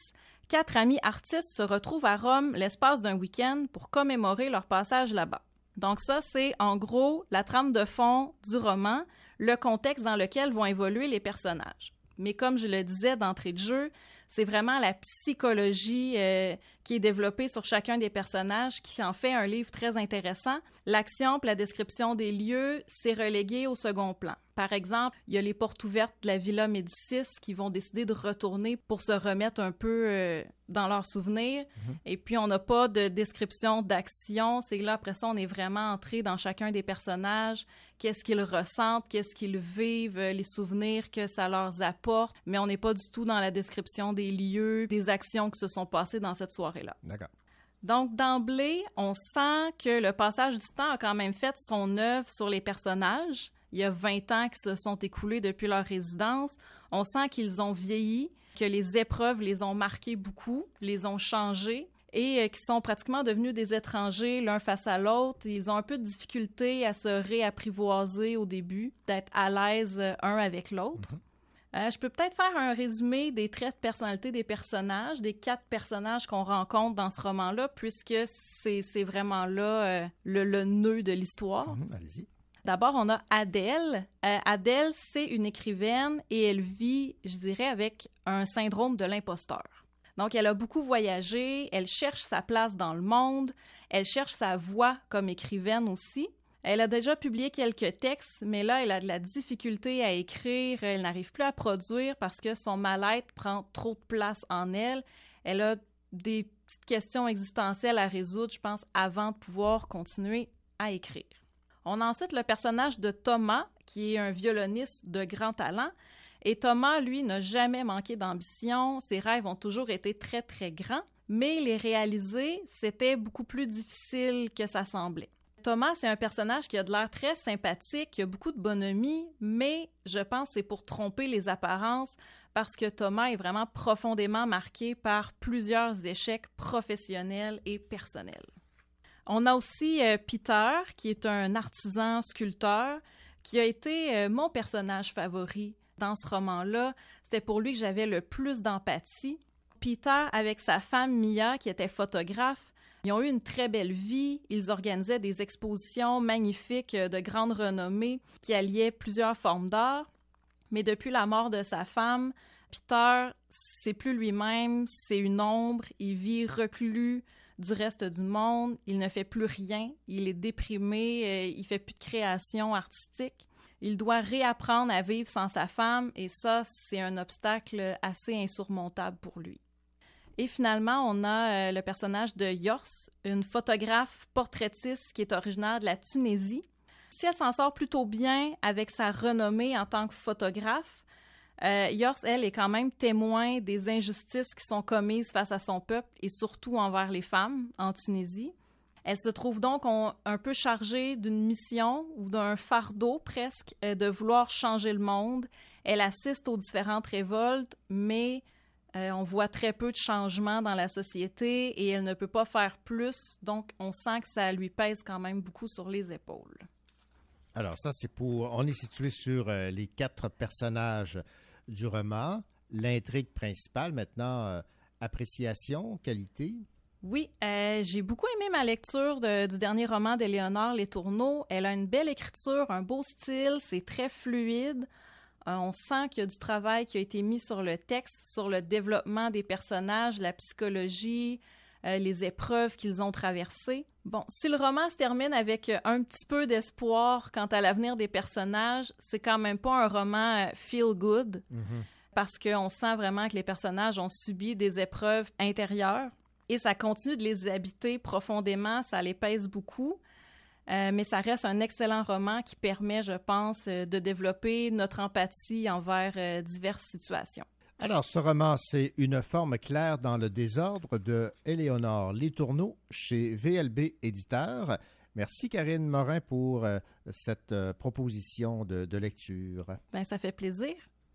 4 amis artistes se retrouvent à Rome l'espace d'un week-end pour commémorer leur passage là-bas. Donc ça, c'est en gros la trame de fond du roman, le contexte dans lequel vont évoluer les personnages. Mais comme je le disais d'entrée de jeu, c'est vraiment la psychologie qui est développée sur chacun des personnages qui en fait un livre très intéressant. L'action et la description des lieux, c'est relégué au second plan. Par exemple, il y a les portes ouvertes de la Villa Médicis qui vont décider de retourner pour se remettre un peu dans leurs souvenirs. Et puis, on n'a pas de description d'action. C'est là, après ça, on est vraiment entré dans chacun des personnages. Qu'est-ce qu'ils ressentent, qu'est-ce qu'ils vivent, les souvenirs que ça leur apporte. Mais on n'est pas du tout dans la description des lieux, des actions qui se sont passées dans cette soirée-là. D'accord. Donc, d'emblée, on sent que le passage du temps a quand même fait son œuvre sur les personnages. Il y a 20 ans qui se sont écoulés depuis leur résidence. On sent qu'ils ont vieilli, que les épreuves les ont marqués beaucoup, les ont changés et qu'ils sont pratiquement devenus des étrangers l'un face à l'autre. Ils ont un peu de difficulté à se réapprivoiser au début, d'être à l'aise un avec l'autre. Je peux peut-être faire un résumé des traits de personnalité des personnages, des 4 personnages qu'on rencontre dans ce roman-là, puisque c'est vraiment là le nœud de l'histoire. Allez-y. D'abord, on a Adèle. Adèle, c'est une écrivaine et elle vit, je dirais, avec un syndrome de l'imposteur. Donc, elle a beaucoup voyagé, elle cherche sa place dans le monde, elle cherche sa voix comme écrivaine aussi. Elle a déjà publié quelques textes, mais là, elle a de la difficulté à écrire, elle n'arrive plus à produire parce que son mal-être prend trop de place en elle. Elle a des petites questions existentielles à résoudre, je pense, avant de pouvoir continuer à écrire. On a ensuite le personnage de Thomas, qui est un violoniste de grand talent. Et Thomas, lui, n'a jamais manqué d'ambition. Ses rêves ont toujours été très, très grands. Mais les réaliser, c'était beaucoup plus difficile que ça semblait. Thomas, c'est un personnage qui a de l'air très sympathique, qui a beaucoup de bonhomie, mais je pense que c'est pour tromper les apparences parce que Thomas est vraiment profondément marqué par plusieurs échecs professionnels et personnels. On a aussi Peter, qui est un artisan sculpteur, qui a été mon personnage favori dans ce roman-là. C'était pour lui que j'avais le plus d'empathie. Peter, avec sa femme Mia, qui était photographe, ils ont eu une très belle vie. Ils organisaient des expositions magnifiques de grande renommée qui alliaient plusieurs formes d'art. Mais depuis la mort de sa femme, Peter, c'est plus lui-même, c'est une ombre. Il vit reclus du reste du monde. Il ne fait plus rien. Il est déprimé. Il fait plus de création artistique. Il doit réapprendre à vivre sans sa femme et ça, c'est un obstacle assez insurmontable pour lui. Et finalement, on a le personnage de Yors, une photographe portraitiste qui est originaire de la Tunisie. Si elle s'en sort plutôt bien avec sa renommée en tant que photographe, Yors, elle, est quand même témoin des injustices qui sont commises face à son peuple et surtout envers les femmes en Tunisie. Elle se trouve donc un peu chargée d'une mission ou d'un fardeau presque de vouloir changer le monde. Elle assiste aux différentes révoltes, mais on voit très peu de changements dans la société et elle ne peut pas faire plus. Donc, on sent que ça lui pèse quand même beaucoup sur les épaules. Alors ça, c'est pour... On est situé sur les 4 personnages du roman. L'intrigue principale, maintenant, appréciation, qualité... Oui, j'ai beaucoup aimé ma lecture du dernier roman d'Éléonore Les Tourneaux. Elle a une belle écriture, un beau style, c'est très fluide. On sent qu'il y a du travail qui a été mis sur le texte, sur le développement des personnages, la psychologie, les épreuves qu'ils ont traversées. Bon, si le roman se termine avec un petit peu d'espoir quant à l'avenir des personnages, c'est quand même pas un roman feel good, parce qu'on sent vraiment que les personnages ont subi des épreuves intérieures. Et ça continue de les habiter profondément, ça les pèse beaucoup, mais ça reste un excellent roman qui permet, je pense, de développer notre empathie envers diverses situations. Alors, ce roman, c'est Une forme claire dans le désordre de Éléonore Les Tourneaux chez VLB Éditeur. Merci Karine Morin pour cette proposition de lecture. Bien, ça fait plaisir.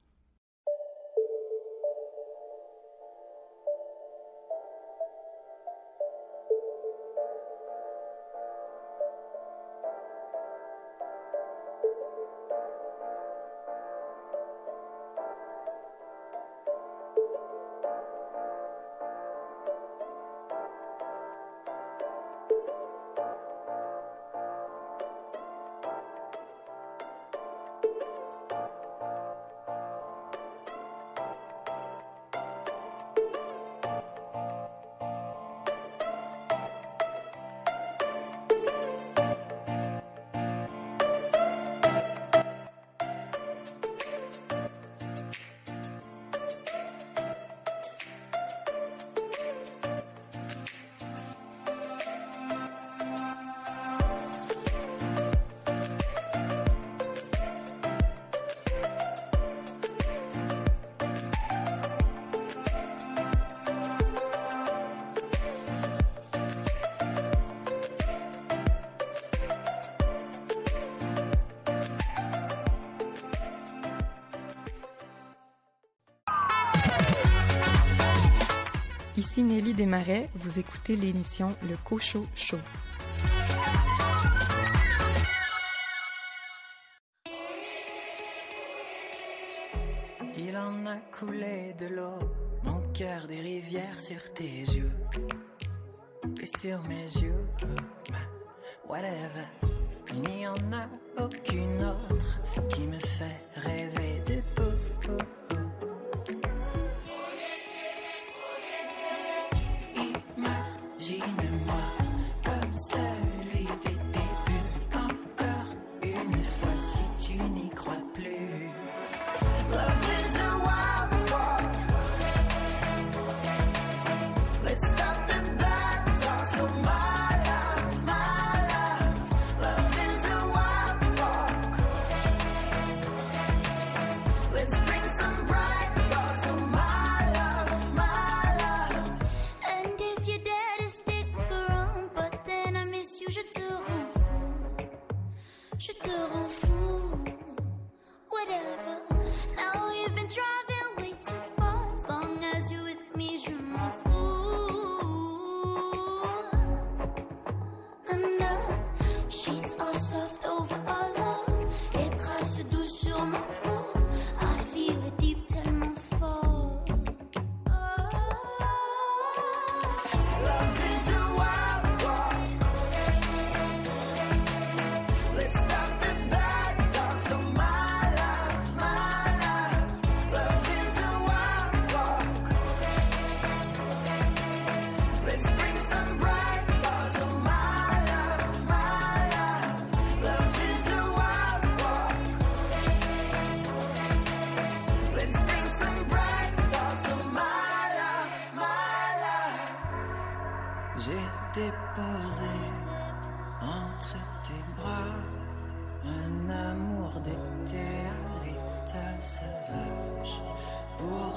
Ici Nelly Desmarais, vous écoutez l'émission Le Cochot Show. Il en a coulé de l'eau, mon cœur des rivières sur tes yeux et sur mes yeux, whatever. Il n'y en a aucune autre qui me fait rêver de beau. Imagine-moi comme celui des débuts, encore une fois si tu n'y crois plus. Love is a wild walk. Let's stop the bad talk. So my love, love is a wild walk. Let's bring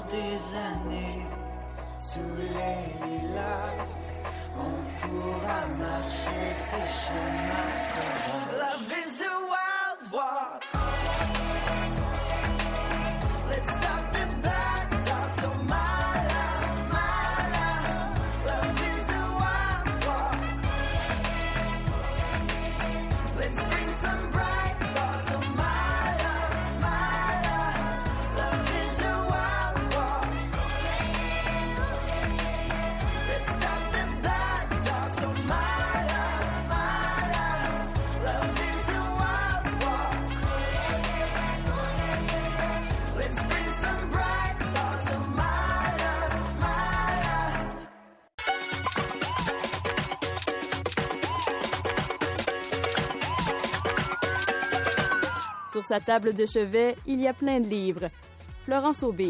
des années sous les lilas. On pourra marcher ces chemins sauvages. Love is a wild walk. Let's stop the black dots on my love, my love. Love is a wild walk. Let's bring some bright thoughts on my love, my love. Love is a wild walk. Let's stop the black dots on my love, my love. Love is a wild walk. Let's bring some bright thoughts on my love, my love. Sur sa table de chevet, il y a plein de livres. Florence Aubé.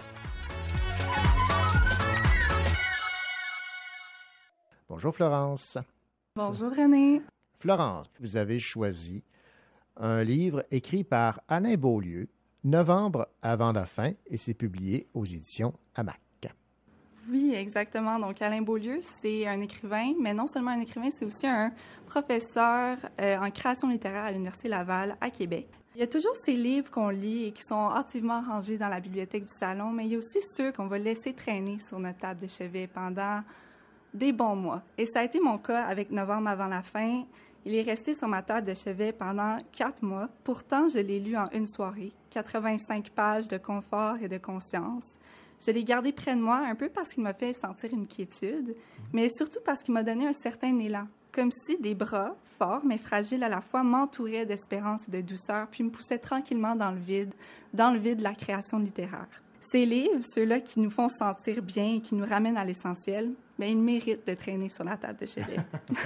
Bonjour Florence. Bonjour René. Florence, vous avez choisi un livre écrit par Alain Beaulieu, Novembre avant la fin, et c'est publié aux éditions Hamac. Oui, exactement. Donc Alain Beaulieu, c'est un écrivain, mais non seulement un écrivain, c'est aussi un professeur en création littéraire à l'Université Laval à Québec. Il y a toujours ces livres qu'on lit et qui sont hâtivement rangés dans la bibliothèque du salon, mais il y a aussi ceux qu'on va laisser traîner sur notre table de chevet pendant des bons mois. Et ça a été mon cas avec Novembre avant la fin. Il est resté sur ma table de chevet pendant 4 mois. Pourtant, je l'ai lu en une soirée. 85 pages de confort et de conscience. Je l'ai gardé près de moi un peu parce qu'il m'a fait sentir une quiétude, mais surtout parce qu'il m'a donné un certain élan. Comme si des bras, forts mais fragiles à la fois, m'entouraient d'espérance et de douceur, puis me poussaient tranquillement dans le vide de la création littéraire. Ces livres, ceux-là qui nous font sentir bien et qui nous ramènent à l'essentiel, bien, ils méritent de traîner sur la table de chevet.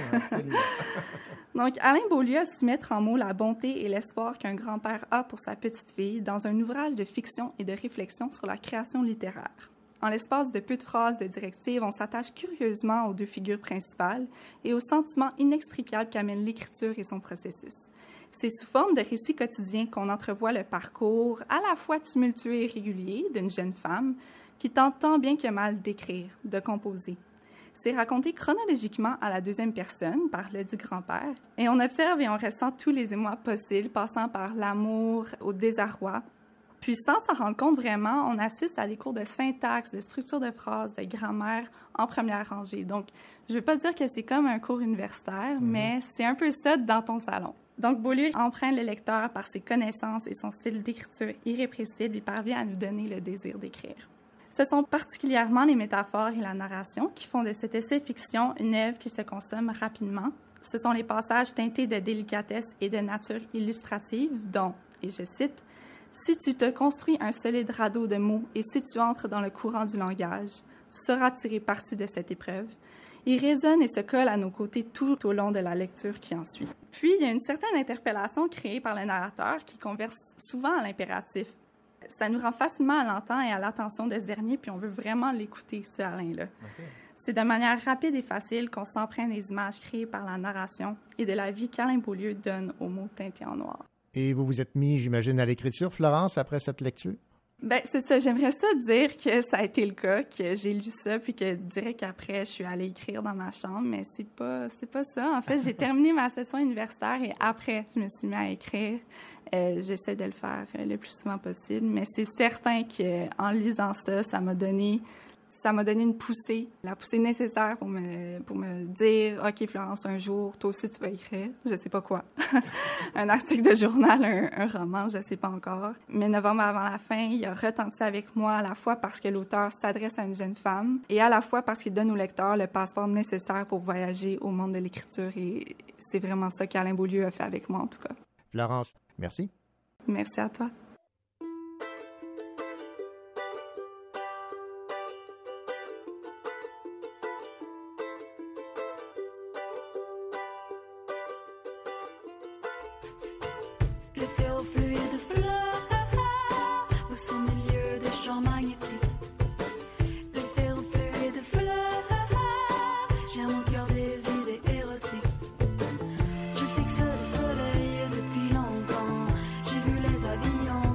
Donc, Alain Beaulieu a su mettre en mots la bonté et l'espoir qu'un grand-père a pour sa petite-fille dans un ouvrage de fiction et de réflexion sur la création littéraire. En l'espace de peu de phrases de directives, on s'attache curieusement aux deux figures principales et aux sentiments inextricables qu'amène l'écriture et son processus. C'est sous forme de récits quotidiens qu'on entrevoit le parcours à la fois tumultueux et régulier d'une jeune femme qui tente tant bien que mal d'écrire, de composer. C'est raconté chronologiquement à la deuxième personne par le dit grand-père et on observe et on ressent tous les émois possibles, passant par l'amour au désarroi. Puis sans s'en rendre compte vraiment, on assiste à des cours de syntaxe, de structure de phrases, de grammaire en première rangée. Donc, je ne veux pas dire que c'est comme un cours universitaire, mais c'est un peu ça dans ton salon. Donc, Beaulieu emprunte le lecteur par ses connaissances et son style d'écriture irrépressible et parvient à nous donner le désir d'écrire. Ce sont particulièrement les métaphores et la narration qui font de cet essai-fiction une œuvre qui se consomme rapidement. Ce sont les passages teintés de délicatesse et de nature illustrative dont, et je cite, « Si tu te construis un solide radeau de mots et si tu entres dans le courant du langage, tu sauras tirer parti de cette épreuve. » Il résonne et se colle à nos côtés tout au long de la lecture qui en suit. Puis, il y a une certaine interpellation créée par le narrateur qui converse souvent à l'impératif. Ça nous rend facilement à l'entendre et à l'attention de ce dernier, puis on veut vraiment l'écouter, ce Alain-là. Okay. C'est de manière rapide et facile qu'on s'emprunte des images créées par la narration et de la vie qu'Alain Beaulieu donne aux mots teintés en noir. Et vous vous êtes mis, j'imagine, à l'écriture, Florence, après cette lecture? Bien, c'est ça. J'aimerais ça dire que ça a été le cas, que j'ai lu ça, puis que je dirais qu'après, je suis allée écrire dans ma chambre, mais c'est pas ça. En fait, j'ai terminé ma session universitaire et après, je me suis mis à écrire. J'essaie de le faire le plus souvent possible, mais c'est certain qu'en lisant ça, ça m'a donné une poussée, la poussée nécessaire pour me dire « OK, Florence, un jour, toi aussi, tu vas écrire. » Je sais pas quoi. Un article de journal, un roman, je sais pas encore. Mais Novembre avant la fin, il a retenti avec moi à la fois parce que l'auteur s'adresse à une jeune femme et à la fois parce qu'il donne au lecteur le passeport nécessaire pour voyager au monde de l'écriture. Et c'est vraiment ça qu'Alain Beaulieu a fait avec moi, en tout cas. Florence, merci. Merci à toi. Le ferrofluide flotte au son milieu des champs magnétiques. Le ferrofluide flotte, j'ai à mon cœur des idées érotiques. Je fixe le soleil depuis longtemps, j'ai vu les avions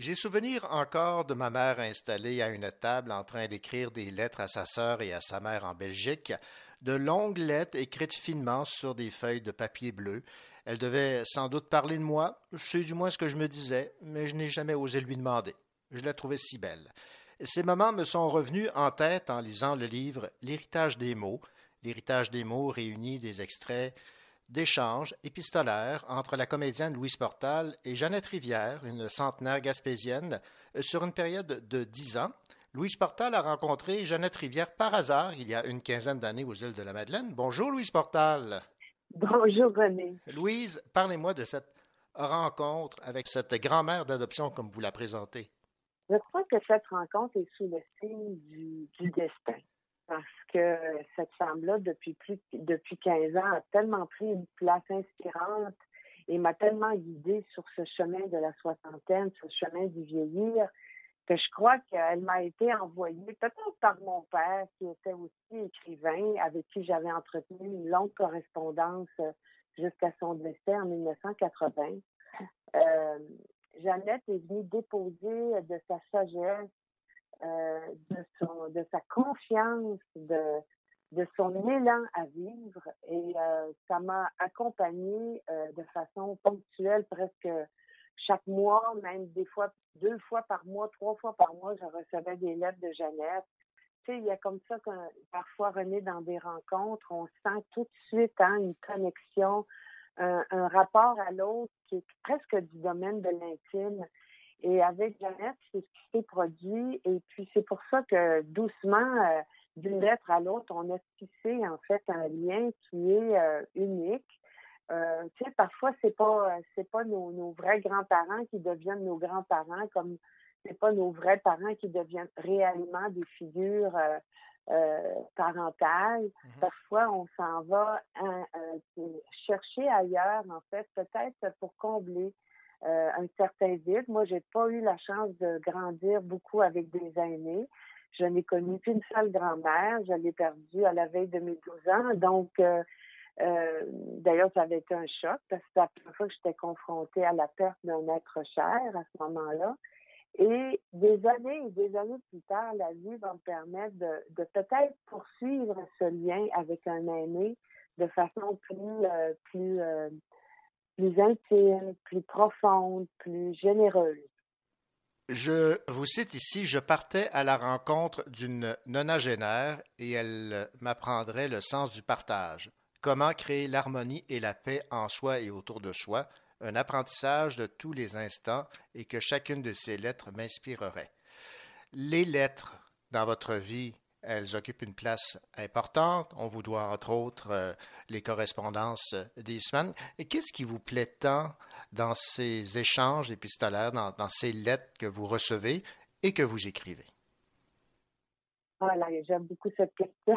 J'ai souvenir encore de ma mère installée à une table en train d'écrire des lettres à sa sœur et à sa mère en Belgique, de longues lettres écrites finement sur des feuilles de papier bleu. Elle devait sans doute parler de moi, c'est du moins ce que je me disais, mais je n'ai jamais osé lui demander. Je la trouvais si belle. Ces moments me sont revenus en tête en lisant le livre L'héritage des mots. L'héritage des mots réunit des extraits d'échanges épistolaires entre la comédienne Louise Portal et Jeannette Rivière, une centenaire gaspésienne, sur une période de 10 ans. Louise Portal a rencontré Jeannette Rivière par hasard il y a une quinzaine d'années aux îles de la Madeleine. Bonjour Louise Portal. Bonjour René. Louise, parlez-moi de cette rencontre avec cette grand-mère d'adoption comme vous la présentez. Je crois que cette rencontre est sous le signe du destin. Parce que cette femme-là, depuis 15 ans, a tellement pris une place inspirante et m'a tellement guidée sur ce chemin de la soixantaine, sur ce chemin du vieillir, que je crois qu'elle m'a été envoyée, peut-être par mon père, qui était aussi écrivain, avec qui j'avais entretenu une longue correspondance jusqu'à son décès en 1980. Jeannette est venue déposer de sa sagesse, de sa confiance, de son élan à vivre, et ça m'a accompagnée de façon ponctuelle presque chaque mois, même des fois 2 fois par mois, 3 fois par mois, je recevais des lettres de Jeannette. Tu sais, il y a comme ça que parfois, René, dans des rencontres, on sent tout de suite une connexion, un rapport à l'autre qui est presque du domaine de l'intime. Et avec Jeannette, c'est ce qui s'est produit. Et puis, c'est pour ça que doucement, d'une lettre à l'autre, on a tissé en fait un lien qui est unique. Tu sais, parfois, c'est pas nos vrais grands-parents qui deviennent nos grands-parents, comme c'est pas nos vrais parents qui deviennent réellement des figures parentales. Parfois, on s'en va chercher ailleurs, en fait, peut-être pour combler un certain vide. Moi, j'ai pas eu la chance de grandir beaucoup avec des aînés. Je n'ai connu qu'une seule grand-mère. Je l'ai perdue à la veille de mes 12 ans. Donc, d'ailleurs, ça avait été un choc parce que c'est la première fois que j'étais confrontée à la perte d'un être cher à ce moment-là. Et des années et des années plus tard, la vie va me permettre de peut-être poursuivre ce lien avec un aîné de façon plus intime, plus profonde, plus généreuse. Je vous cite ici, je partais à la rencontre d'une nonagénaire et elle m'apprendrait le sens du partage. Comment créer l'harmonie et la paix en soi et autour de soi, un apprentissage de tous les instants et que chacune de ces lettres m'inspirerait. Les lettres dans votre vie, elles occupent une place importante. On vous doit entre autres les correspondances d'Eastman. Et qu'est-ce qui vous plaît tant dans ces échanges épistolaires, dans ces lettres que vous recevez et que vous écrivez? Voilà, j'aime beaucoup cette question.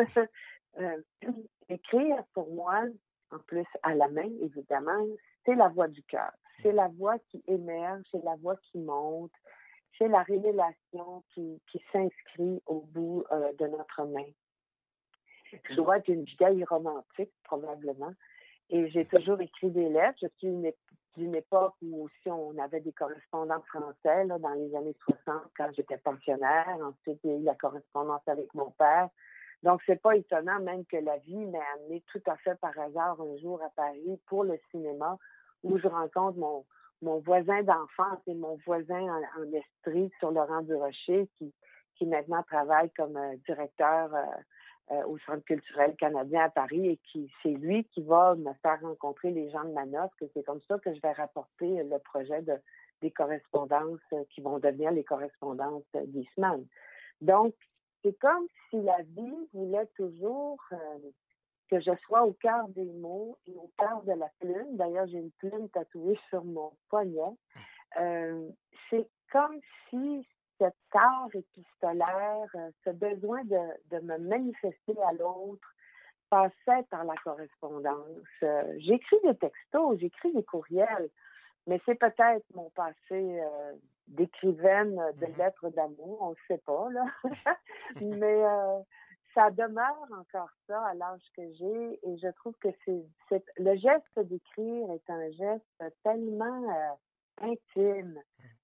Écrire, pour moi, en plus à la main, évidemment, c'est la voix du cœur. C'est la voix qui émerge, c'est la voix qui monte, c'est la révélation qui s'inscrit au bout de notre main. Je dois être une vieille romantique, probablement, et j'ai toujours écrit des lettres. Je suis d'une époque où aussi on avait des correspondants français, là, dans les années 60, quand j'étais pensionnaire. Ensuite, il y a eu la correspondance avec mon père. Donc, c'est pas étonnant même que la vie m'ait amené tout à fait par hasard un jour à Paris pour le cinéma, où je rencontre mon voisin d'enfance et mon voisin en esprit sur Laurent Durocher, qui maintenant travaille comme directeur au Centre culturel canadien à Paris, et c'est lui qui va me faire rencontrer les gens de Manosque. C'est comme ça que je vais rapporter le projet des correspondances qui vont devenir les correspondances d'Eastman. Donc, c'est comme si la vie voulait toujours que je sois au cœur des mots et au cœur de la plume. D'ailleurs, j'ai une plume tatouée sur mon poignet. C'est comme si cet art épistolaire, ce besoin de me manifester à l'autre, passait par la correspondance. J'écris des textos, j'écris des courriels, mais c'est peut-être mon passé d'écrivaine de lettres d'amour, on ne sait pas, là. Mais ça demeure encore ça à l'âge que j'ai, et je trouve que le geste d'écrire est un geste tellement intime,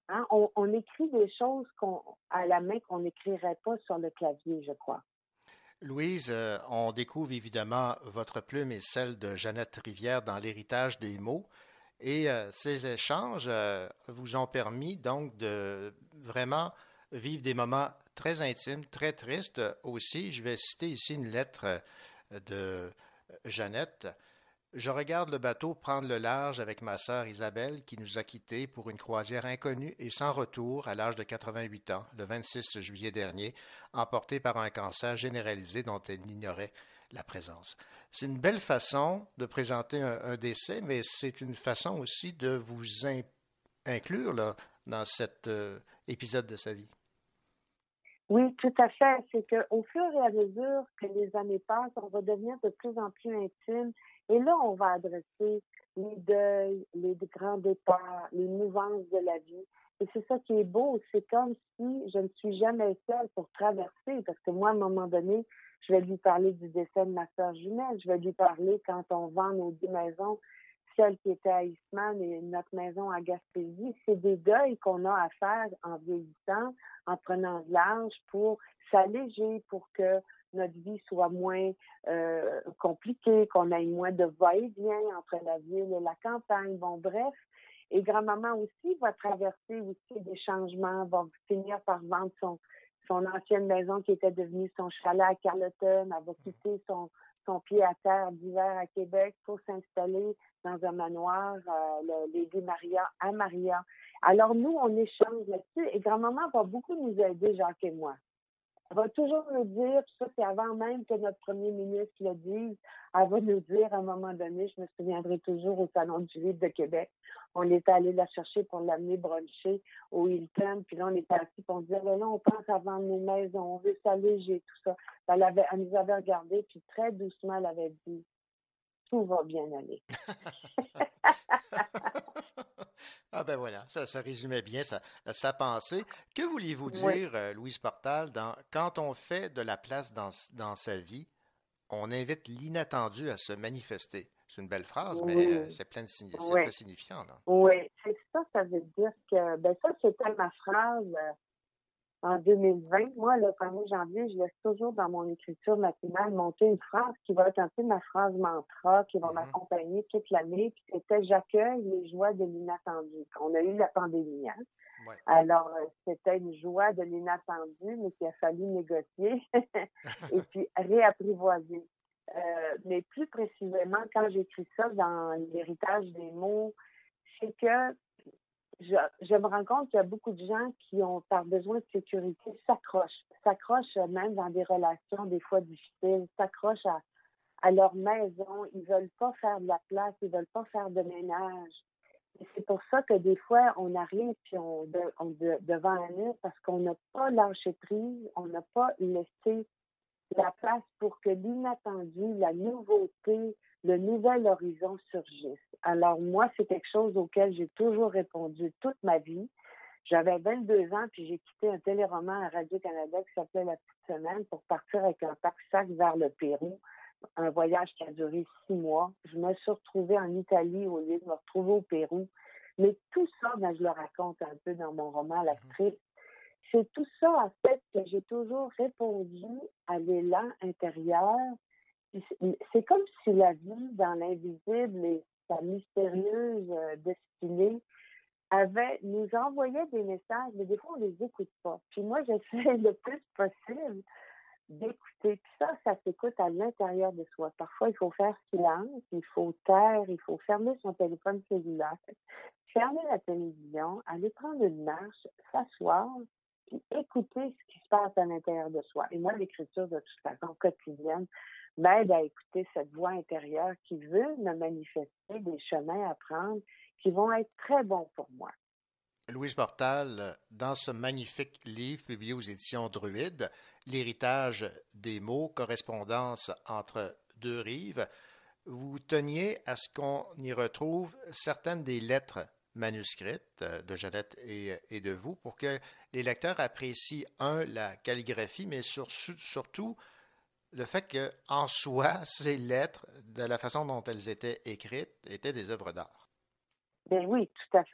Hein? On écrit des choses à la main qu'on n'écrirait pas sur le clavier, je crois. Louise, on découvre évidemment votre plume et celle de Jeannette Rivière dans l'héritage des mots. Et ces échanges vous ont permis donc de vraiment vivre des moments très intimes, très tristes aussi. Je vais citer ici une lettre de Jeannette. Je regarde le bateau prendre le large avec ma sœur Isabelle qui nous a quittés pour une croisière inconnue et sans retour à l'âge de 88 ans, le 26 juillet dernier, emportée par un cancer généralisé dont elle ignorait la présence. C'est une belle façon de présenter un décès, mais c'est une façon aussi de vous inclure là, dans cet épisode de sa vie. Oui, tout à fait. C'est qu'au fur et à mesure que les années passent, on va devenir de plus en plus intime. Et là, on va adresser les deuils, les grands départs, les mouvances de la vie. Et c'est ça qui est beau. C'est comme si je ne suis jamais seule pour traverser. Parce que moi, à un moment donné, je vais lui parler du décès de ma sœur jumelle. Je vais lui parler quand on vend nos 2 maisons, celle qui était à Eastman et notre maison à Gaspésie. C'est des deuils qu'on a à faire en vieillissant, en prenant de l'âge pour s'alléger, pour que notre vie soit moins compliquée, qu'on ait moins de va-et-vient entre la ville et la campagne. Bon, bref. Et grand-maman aussi va traverser aussi des changements, va finir par vendre son ancienne maison qui était devenue son chalet à Carleton. Elle va quitter son pied à terre d'hiver à Québec pour s'installer dans un manoir, le Lady Maria, à Maria. Alors, nous, on échange là-dessus et grand-maman va beaucoup nous aider, Jacques et moi. Elle va toujours nous dire, puis ça, c'est avant même que notre premier ministre le dise, elle va nous dire à un moment donné, je me souviendrai toujours au Salon du Livre de Québec, on était allé la chercher pour l'amener bruncher au Hilton, puis là, on était assis, puis on disait, là, on pense à vendre nos maisons, on veut s'alléger, tout ça. Elle nous avait regardé, puis très doucement, elle avait dit, tout va bien aller. Ah ben voilà, ça résumait bien sa pensée. Que vouliez-vous dire, Louise Portal, quand on fait de la place dans sa vie, on invite l'inattendu à se manifester? C'est une belle phrase, mais c'est très signifiant. Là. Oui, c'est ça, ça veut dire que, ça, c'était ma phrase en 2020. Moi, le 1er janvier, je laisse toujours dans mon écriture matinale monter une phrase qui va être un peu ma phrase mantra, qui va m'accompagner toute l'année. Puis c'était « J'accueille les joies de l'inattendu ». On a eu la pandémie, hein? Ouais. Alors, c'était une joie de l'inattendu, mais qu'il a fallu négocier et puis réapprivoiser. Mais plus précisément, quand j'écris ça dans l'héritage des mots, c'est que je me rends compte qu'il y a beaucoup de gens qui ont, par besoin de sécurité, s'accrochent même dans des relations des fois difficiles, s'accrochent à leur maison, ils veulent pas faire de la place, ils veulent pas faire de ménage. Et c'est pour ça que des fois, on arrive puis on devant un mur parce qu'on n'a pas lâché prise, on n'a pas laissé la place pour que l'inattendu, la nouveauté, le nouvel horizon surgisse. Alors moi, c'est quelque chose auquel j'ai toujours répondu toute ma vie. J'avais 22 ans, puis j'ai quitté un téléroman à Radio-Canada qui s'appelait La Petite Semaine pour partir avec un pack-sac vers le Pérou. Un voyage qui a duré 6 mois. Je me suis retrouvée en Italie au lieu de me retrouver au Pérou. Mais tout ça, je le raconte un peu dans mon roman L'actrice. C'est tout ça, en fait, que j'ai toujours répondu à l'élan intérieur. C'est comme si la vie, dans l'invisible et sa mystérieuse destinée, nous envoyait des messages, mais des fois, on ne les écoute pas. Puis moi, j'essaie le plus possible d'écouter. Puis ça s'écoute à l'intérieur de soi. Parfois, il faut faire silence, il faut taire, il faut fermer son téléphone cellulaire, fermer la télévision, aller prendre une marche, s'asseoir, puis écouter ce qui se passe à l'intérieur de soi. Et moi, l'écriture, de toute façon, quotidienne, m'aide à écouter cette voix intérieure qui veut me manifester des chemins à prendre qui vont être très bons pour moi. Louise Portal, dans ce magnifique livre publié aux éditions Druide, L'héritage des mots, correspondance entre 2 rives, vous teniez à ce qu'on y retrouve certaines des lettres manuscrites de Jeannette et de vous pour que les lecteurs apprécient, la calligraphie, mais surtout le fait qu'en soi, ces lettres, de la façon dont elles étaient écrites, étaient des œuvres d'art. Bien oui, tout à fait.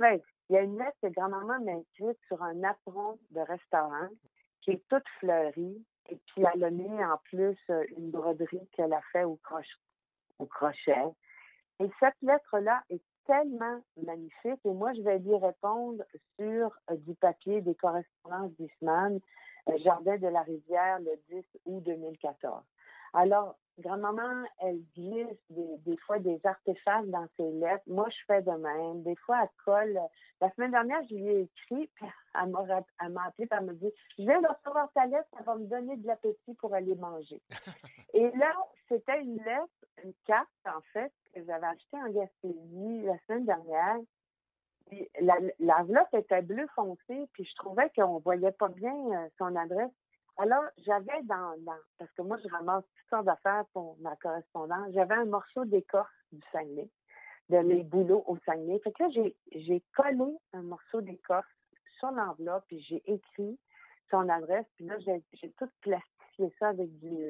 Il y a une lettre que grand-maman m'a écrite sur un apron de restaurant qui est toute fleurie. Et puis, elle a mis en plus une broderie qu'elle a fait au crochet. Et cette lettre-là est tellement magnifique. Et moi, je vais lui répondre sur du papier des correspondances d'Isman, Jardin de la Rivière, le 10 août 2014. Alors, grand-maman, elle glisse des fois des artefacts dans ses lettres. Moi, je fais de même. Des fois, elle colle. La semaine dernière, je lui ai écrit, puis elle m'a appelé, puis elle m'a dit « Je viens de recevoir ta lettre, ça va me donner de l'appétit pour aller manger. » Et là, c'était une lettre, une carte, en fait, que j'avais achetée en Gaspésie la semaine dernière. Puis l'enveloppe était bleu foncé, puis je trouvais qu'on ne voyait pas bien son adresse. Alors, j'avais parce que moi, je ramasse toutes sortes d'affaires pour ma correspondance, j'avais un morceau d'écorce du Saguenay, de mes boulots au Saguenay. Fait que là, j'ai collé un morceau d'écorce sur l'enveloppe, puis j'ai écrit son adresse, puis là, j'ai tout plastifié ça avec du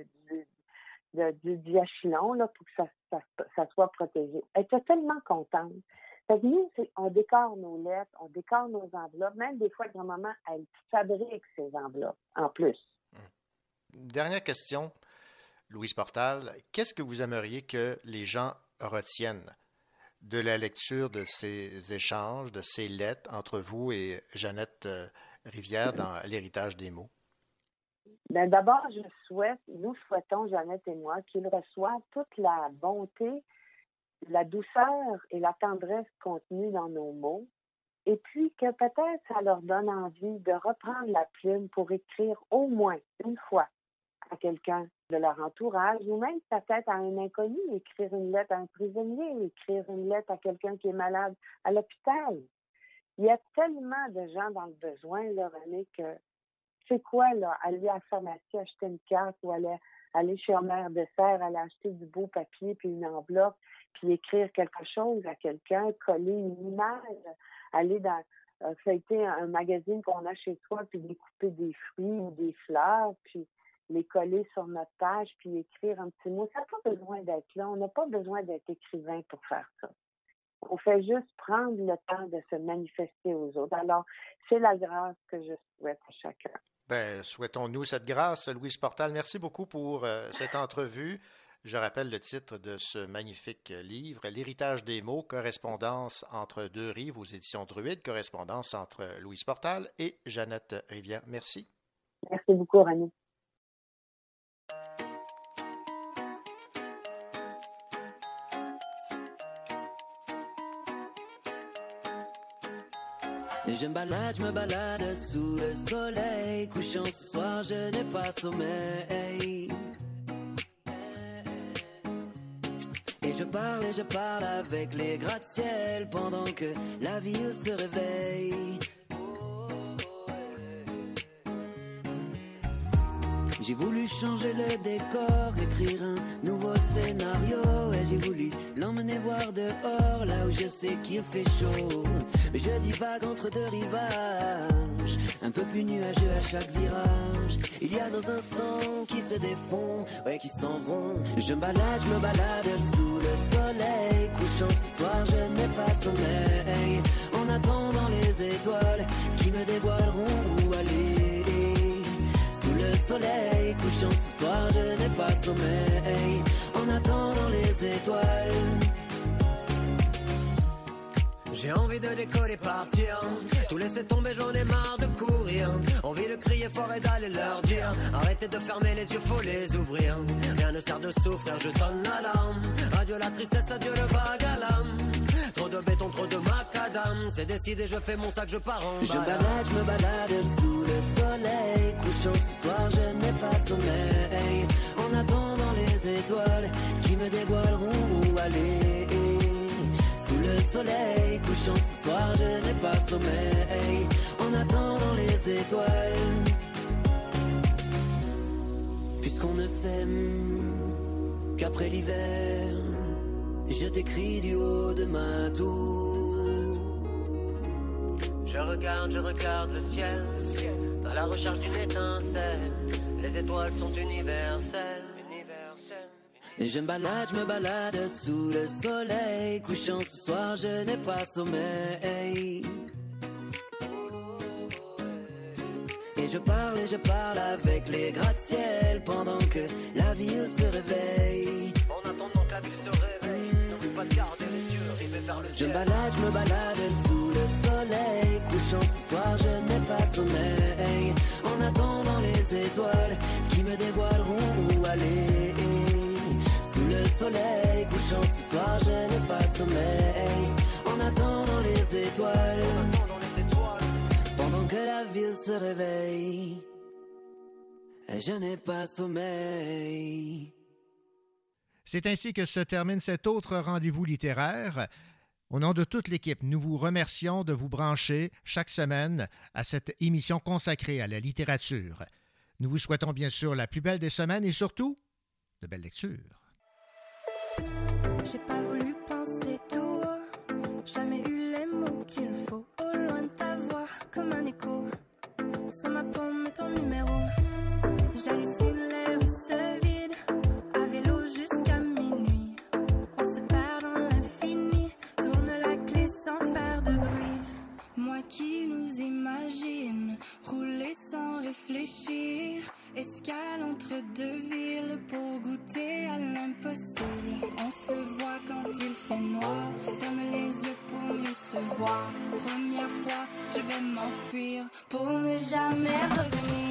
diachylon, là, pour que ça soit protégé. Elle était tellement contente. Fait que nous, on décore nos lettres, on décore nos enveloppes. Même des fois, grand-maman, elle fabrique ses enveloppes, en plus. Dernière question, Louise Portal. Qu'est-ce que vous aimeriez que les gens retiennent de la lecture de ces échanges, de ces lettres entre vous et Jeannette Rivière dans L'héritage des mots? Bien, d'abord, nous souhaitons, Jeannette et moi, qu'ils reçoivent toute la bonté, la douceur et la tendresse contenues dans nos mots, et puis que peut-être ça leur donne envie de reprendre la plume pour écrire au moins une fois à quelqu'un de leur entourage, ou même peut-être à un inconnu, écrire une lettre à un prisonnier, écrire une lettre à quelqu'un qui est malade à l'hôpital. Il y a tellement de gens dans le besoin, là, René, que c'est quoi, là, aller à la pharmacie acheter une carte ou aller chez Homère Dessert, aller acheter du beau papier puis une enveloppe, puis écrire quelque chose à quelqu'un, coller une image, aller feuilleter un magazine qu'on a chez soi, puis découper des fruits ou des fleurs, puis les coller sur notre page, puis écrire un petit mot. Ça n'a pas besoin d'être là. On n'a pas besoin d'être écrivain pour faire ça. On fait juste prendre le temps de se manifester aux autres. Alors, c'est la grâce que je souhaite à chacun. Bien, souhaitons-nous cette grâce. Louise Portal, merci beaucoup pour cette entrevue. Je rappelle le titre de ce magnifique livre, L'héritage des mots, correspondance entre deux rives aux éditions Druide, correspondance entre Louise Portal et Jeannette Rivière. Merci. Merci beaucoup, René. Et je me balade sous le soleil couchant ce soir, je n'ai pas sommeil. Et je parle avec les gratte-ciel pendant que la vie se réveille. J'ai voulu changer le décor, écrire un nouveau scénario. Et j'ai voulu l'emmener voir dehors, là où je sais qu'il fait chaud. Mais je divague entre deux rivages, un peu plus nuageux à chaque virage. Il y a nos instants qui se défont, ouais, qui s'en vont. Je me balade sous le soleil couchant ce soir, je n'ai pas sommeil. En attendant les étoiles qui me dévoileront où aller. Sous le soleil couchant ce soir, je n'ai pas sommeil. En attendant les étoiles. J'ai envie de décoller, partir, tout laisser tomber, j'en ai marre de courir. Envie de crier fort et d'aller leur dire arrêtez de fermer les yeux, faut les ouvrir. Rien ne sert de souffrir, je sonne l'alarme. Adieu la tristesse, adieu le vague à l'âme. Trop de béton, trop de macadam. C'est décidé, je fais mon sac, je pars en balade. Je me balade sous le soleil couchant ce soir, je n'ai pas sommeil. En attendant les étoiles qui me dévoileront où aller. Le soleil couchant ce soir, je n'ai pas sommeil. En attendant les étoiles. Puisqu'on ne s'aime qu'après l'hiver, je t'écris du haut de ma tour. Je regarde le ciel, à la recherche d'une étincelle. Les étoiles sont universelles. Et je me balade sous le soleil couchant ce soir, je n'ai pas sommeil. Et je parle avec les gratte-ciel pendant que la ville se réveille. En attendant que la ville se réveille, n'oublie pas de garder les yeux rivés vers le ciel. Je me balade sous le soleil. Couchant ce soir, je n'ai pas sommeil. En attendant les étoiles qui me dévoileront où aller. Sous le soleil, couchant ce soir, je n'ai pas sommeil. En attendant les étoiles, pendant que la ville se réveille, je n'ai pas sommeil. C'est ainsi que se termine cet autre rendez-vous littéraire. Au nom de toute l'équipe, nous vous remercions de vous brancher chaque semaine à cette émission consacrée à la littérature. Nous vous souhaitons bien sûr la plus belle des semaines et surtout, de belles lectures. J'ai pas voulu penser tout haut, jamais eu les mots qu'il faut. Au loin de ta voix, comme un écho, sur ma paume est ton numéro. J'hallucine, les rues se vident, à vélo jusqu'à minuit. On se perd dans l'infini, tourne la clé sans faire de bruit. Moi qui nous imagine, rouler sans réfléchir, escale entre deux villes pour goûter à l'impossible. On se voit quand il fait noir, ferme les yeux pour mieux se voir. Première fois, je vais m'enfuir pour ne jamais revenir.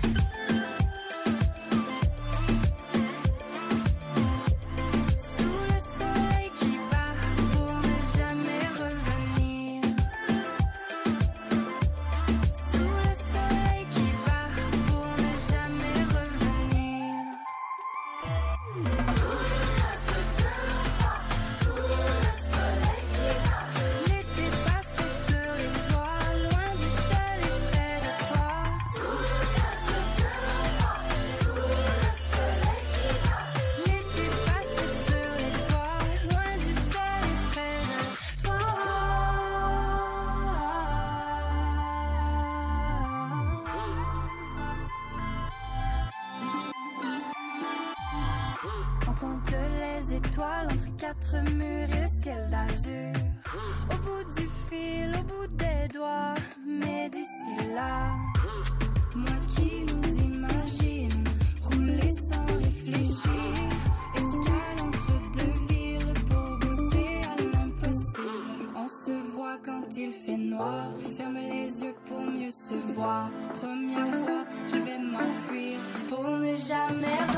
Entre quatre murs et le ciel d'azur, au bout du fil, au bout des doigts, mais d'ici là, moi qui nous imagine, rouler sans réfléchir, escale entre deux villes pour goûter à l'impossible. On se voit quand il fait noir, ferme les yeux pour mieux se voir. Première fois, je vais m'enfuir pour ne jamais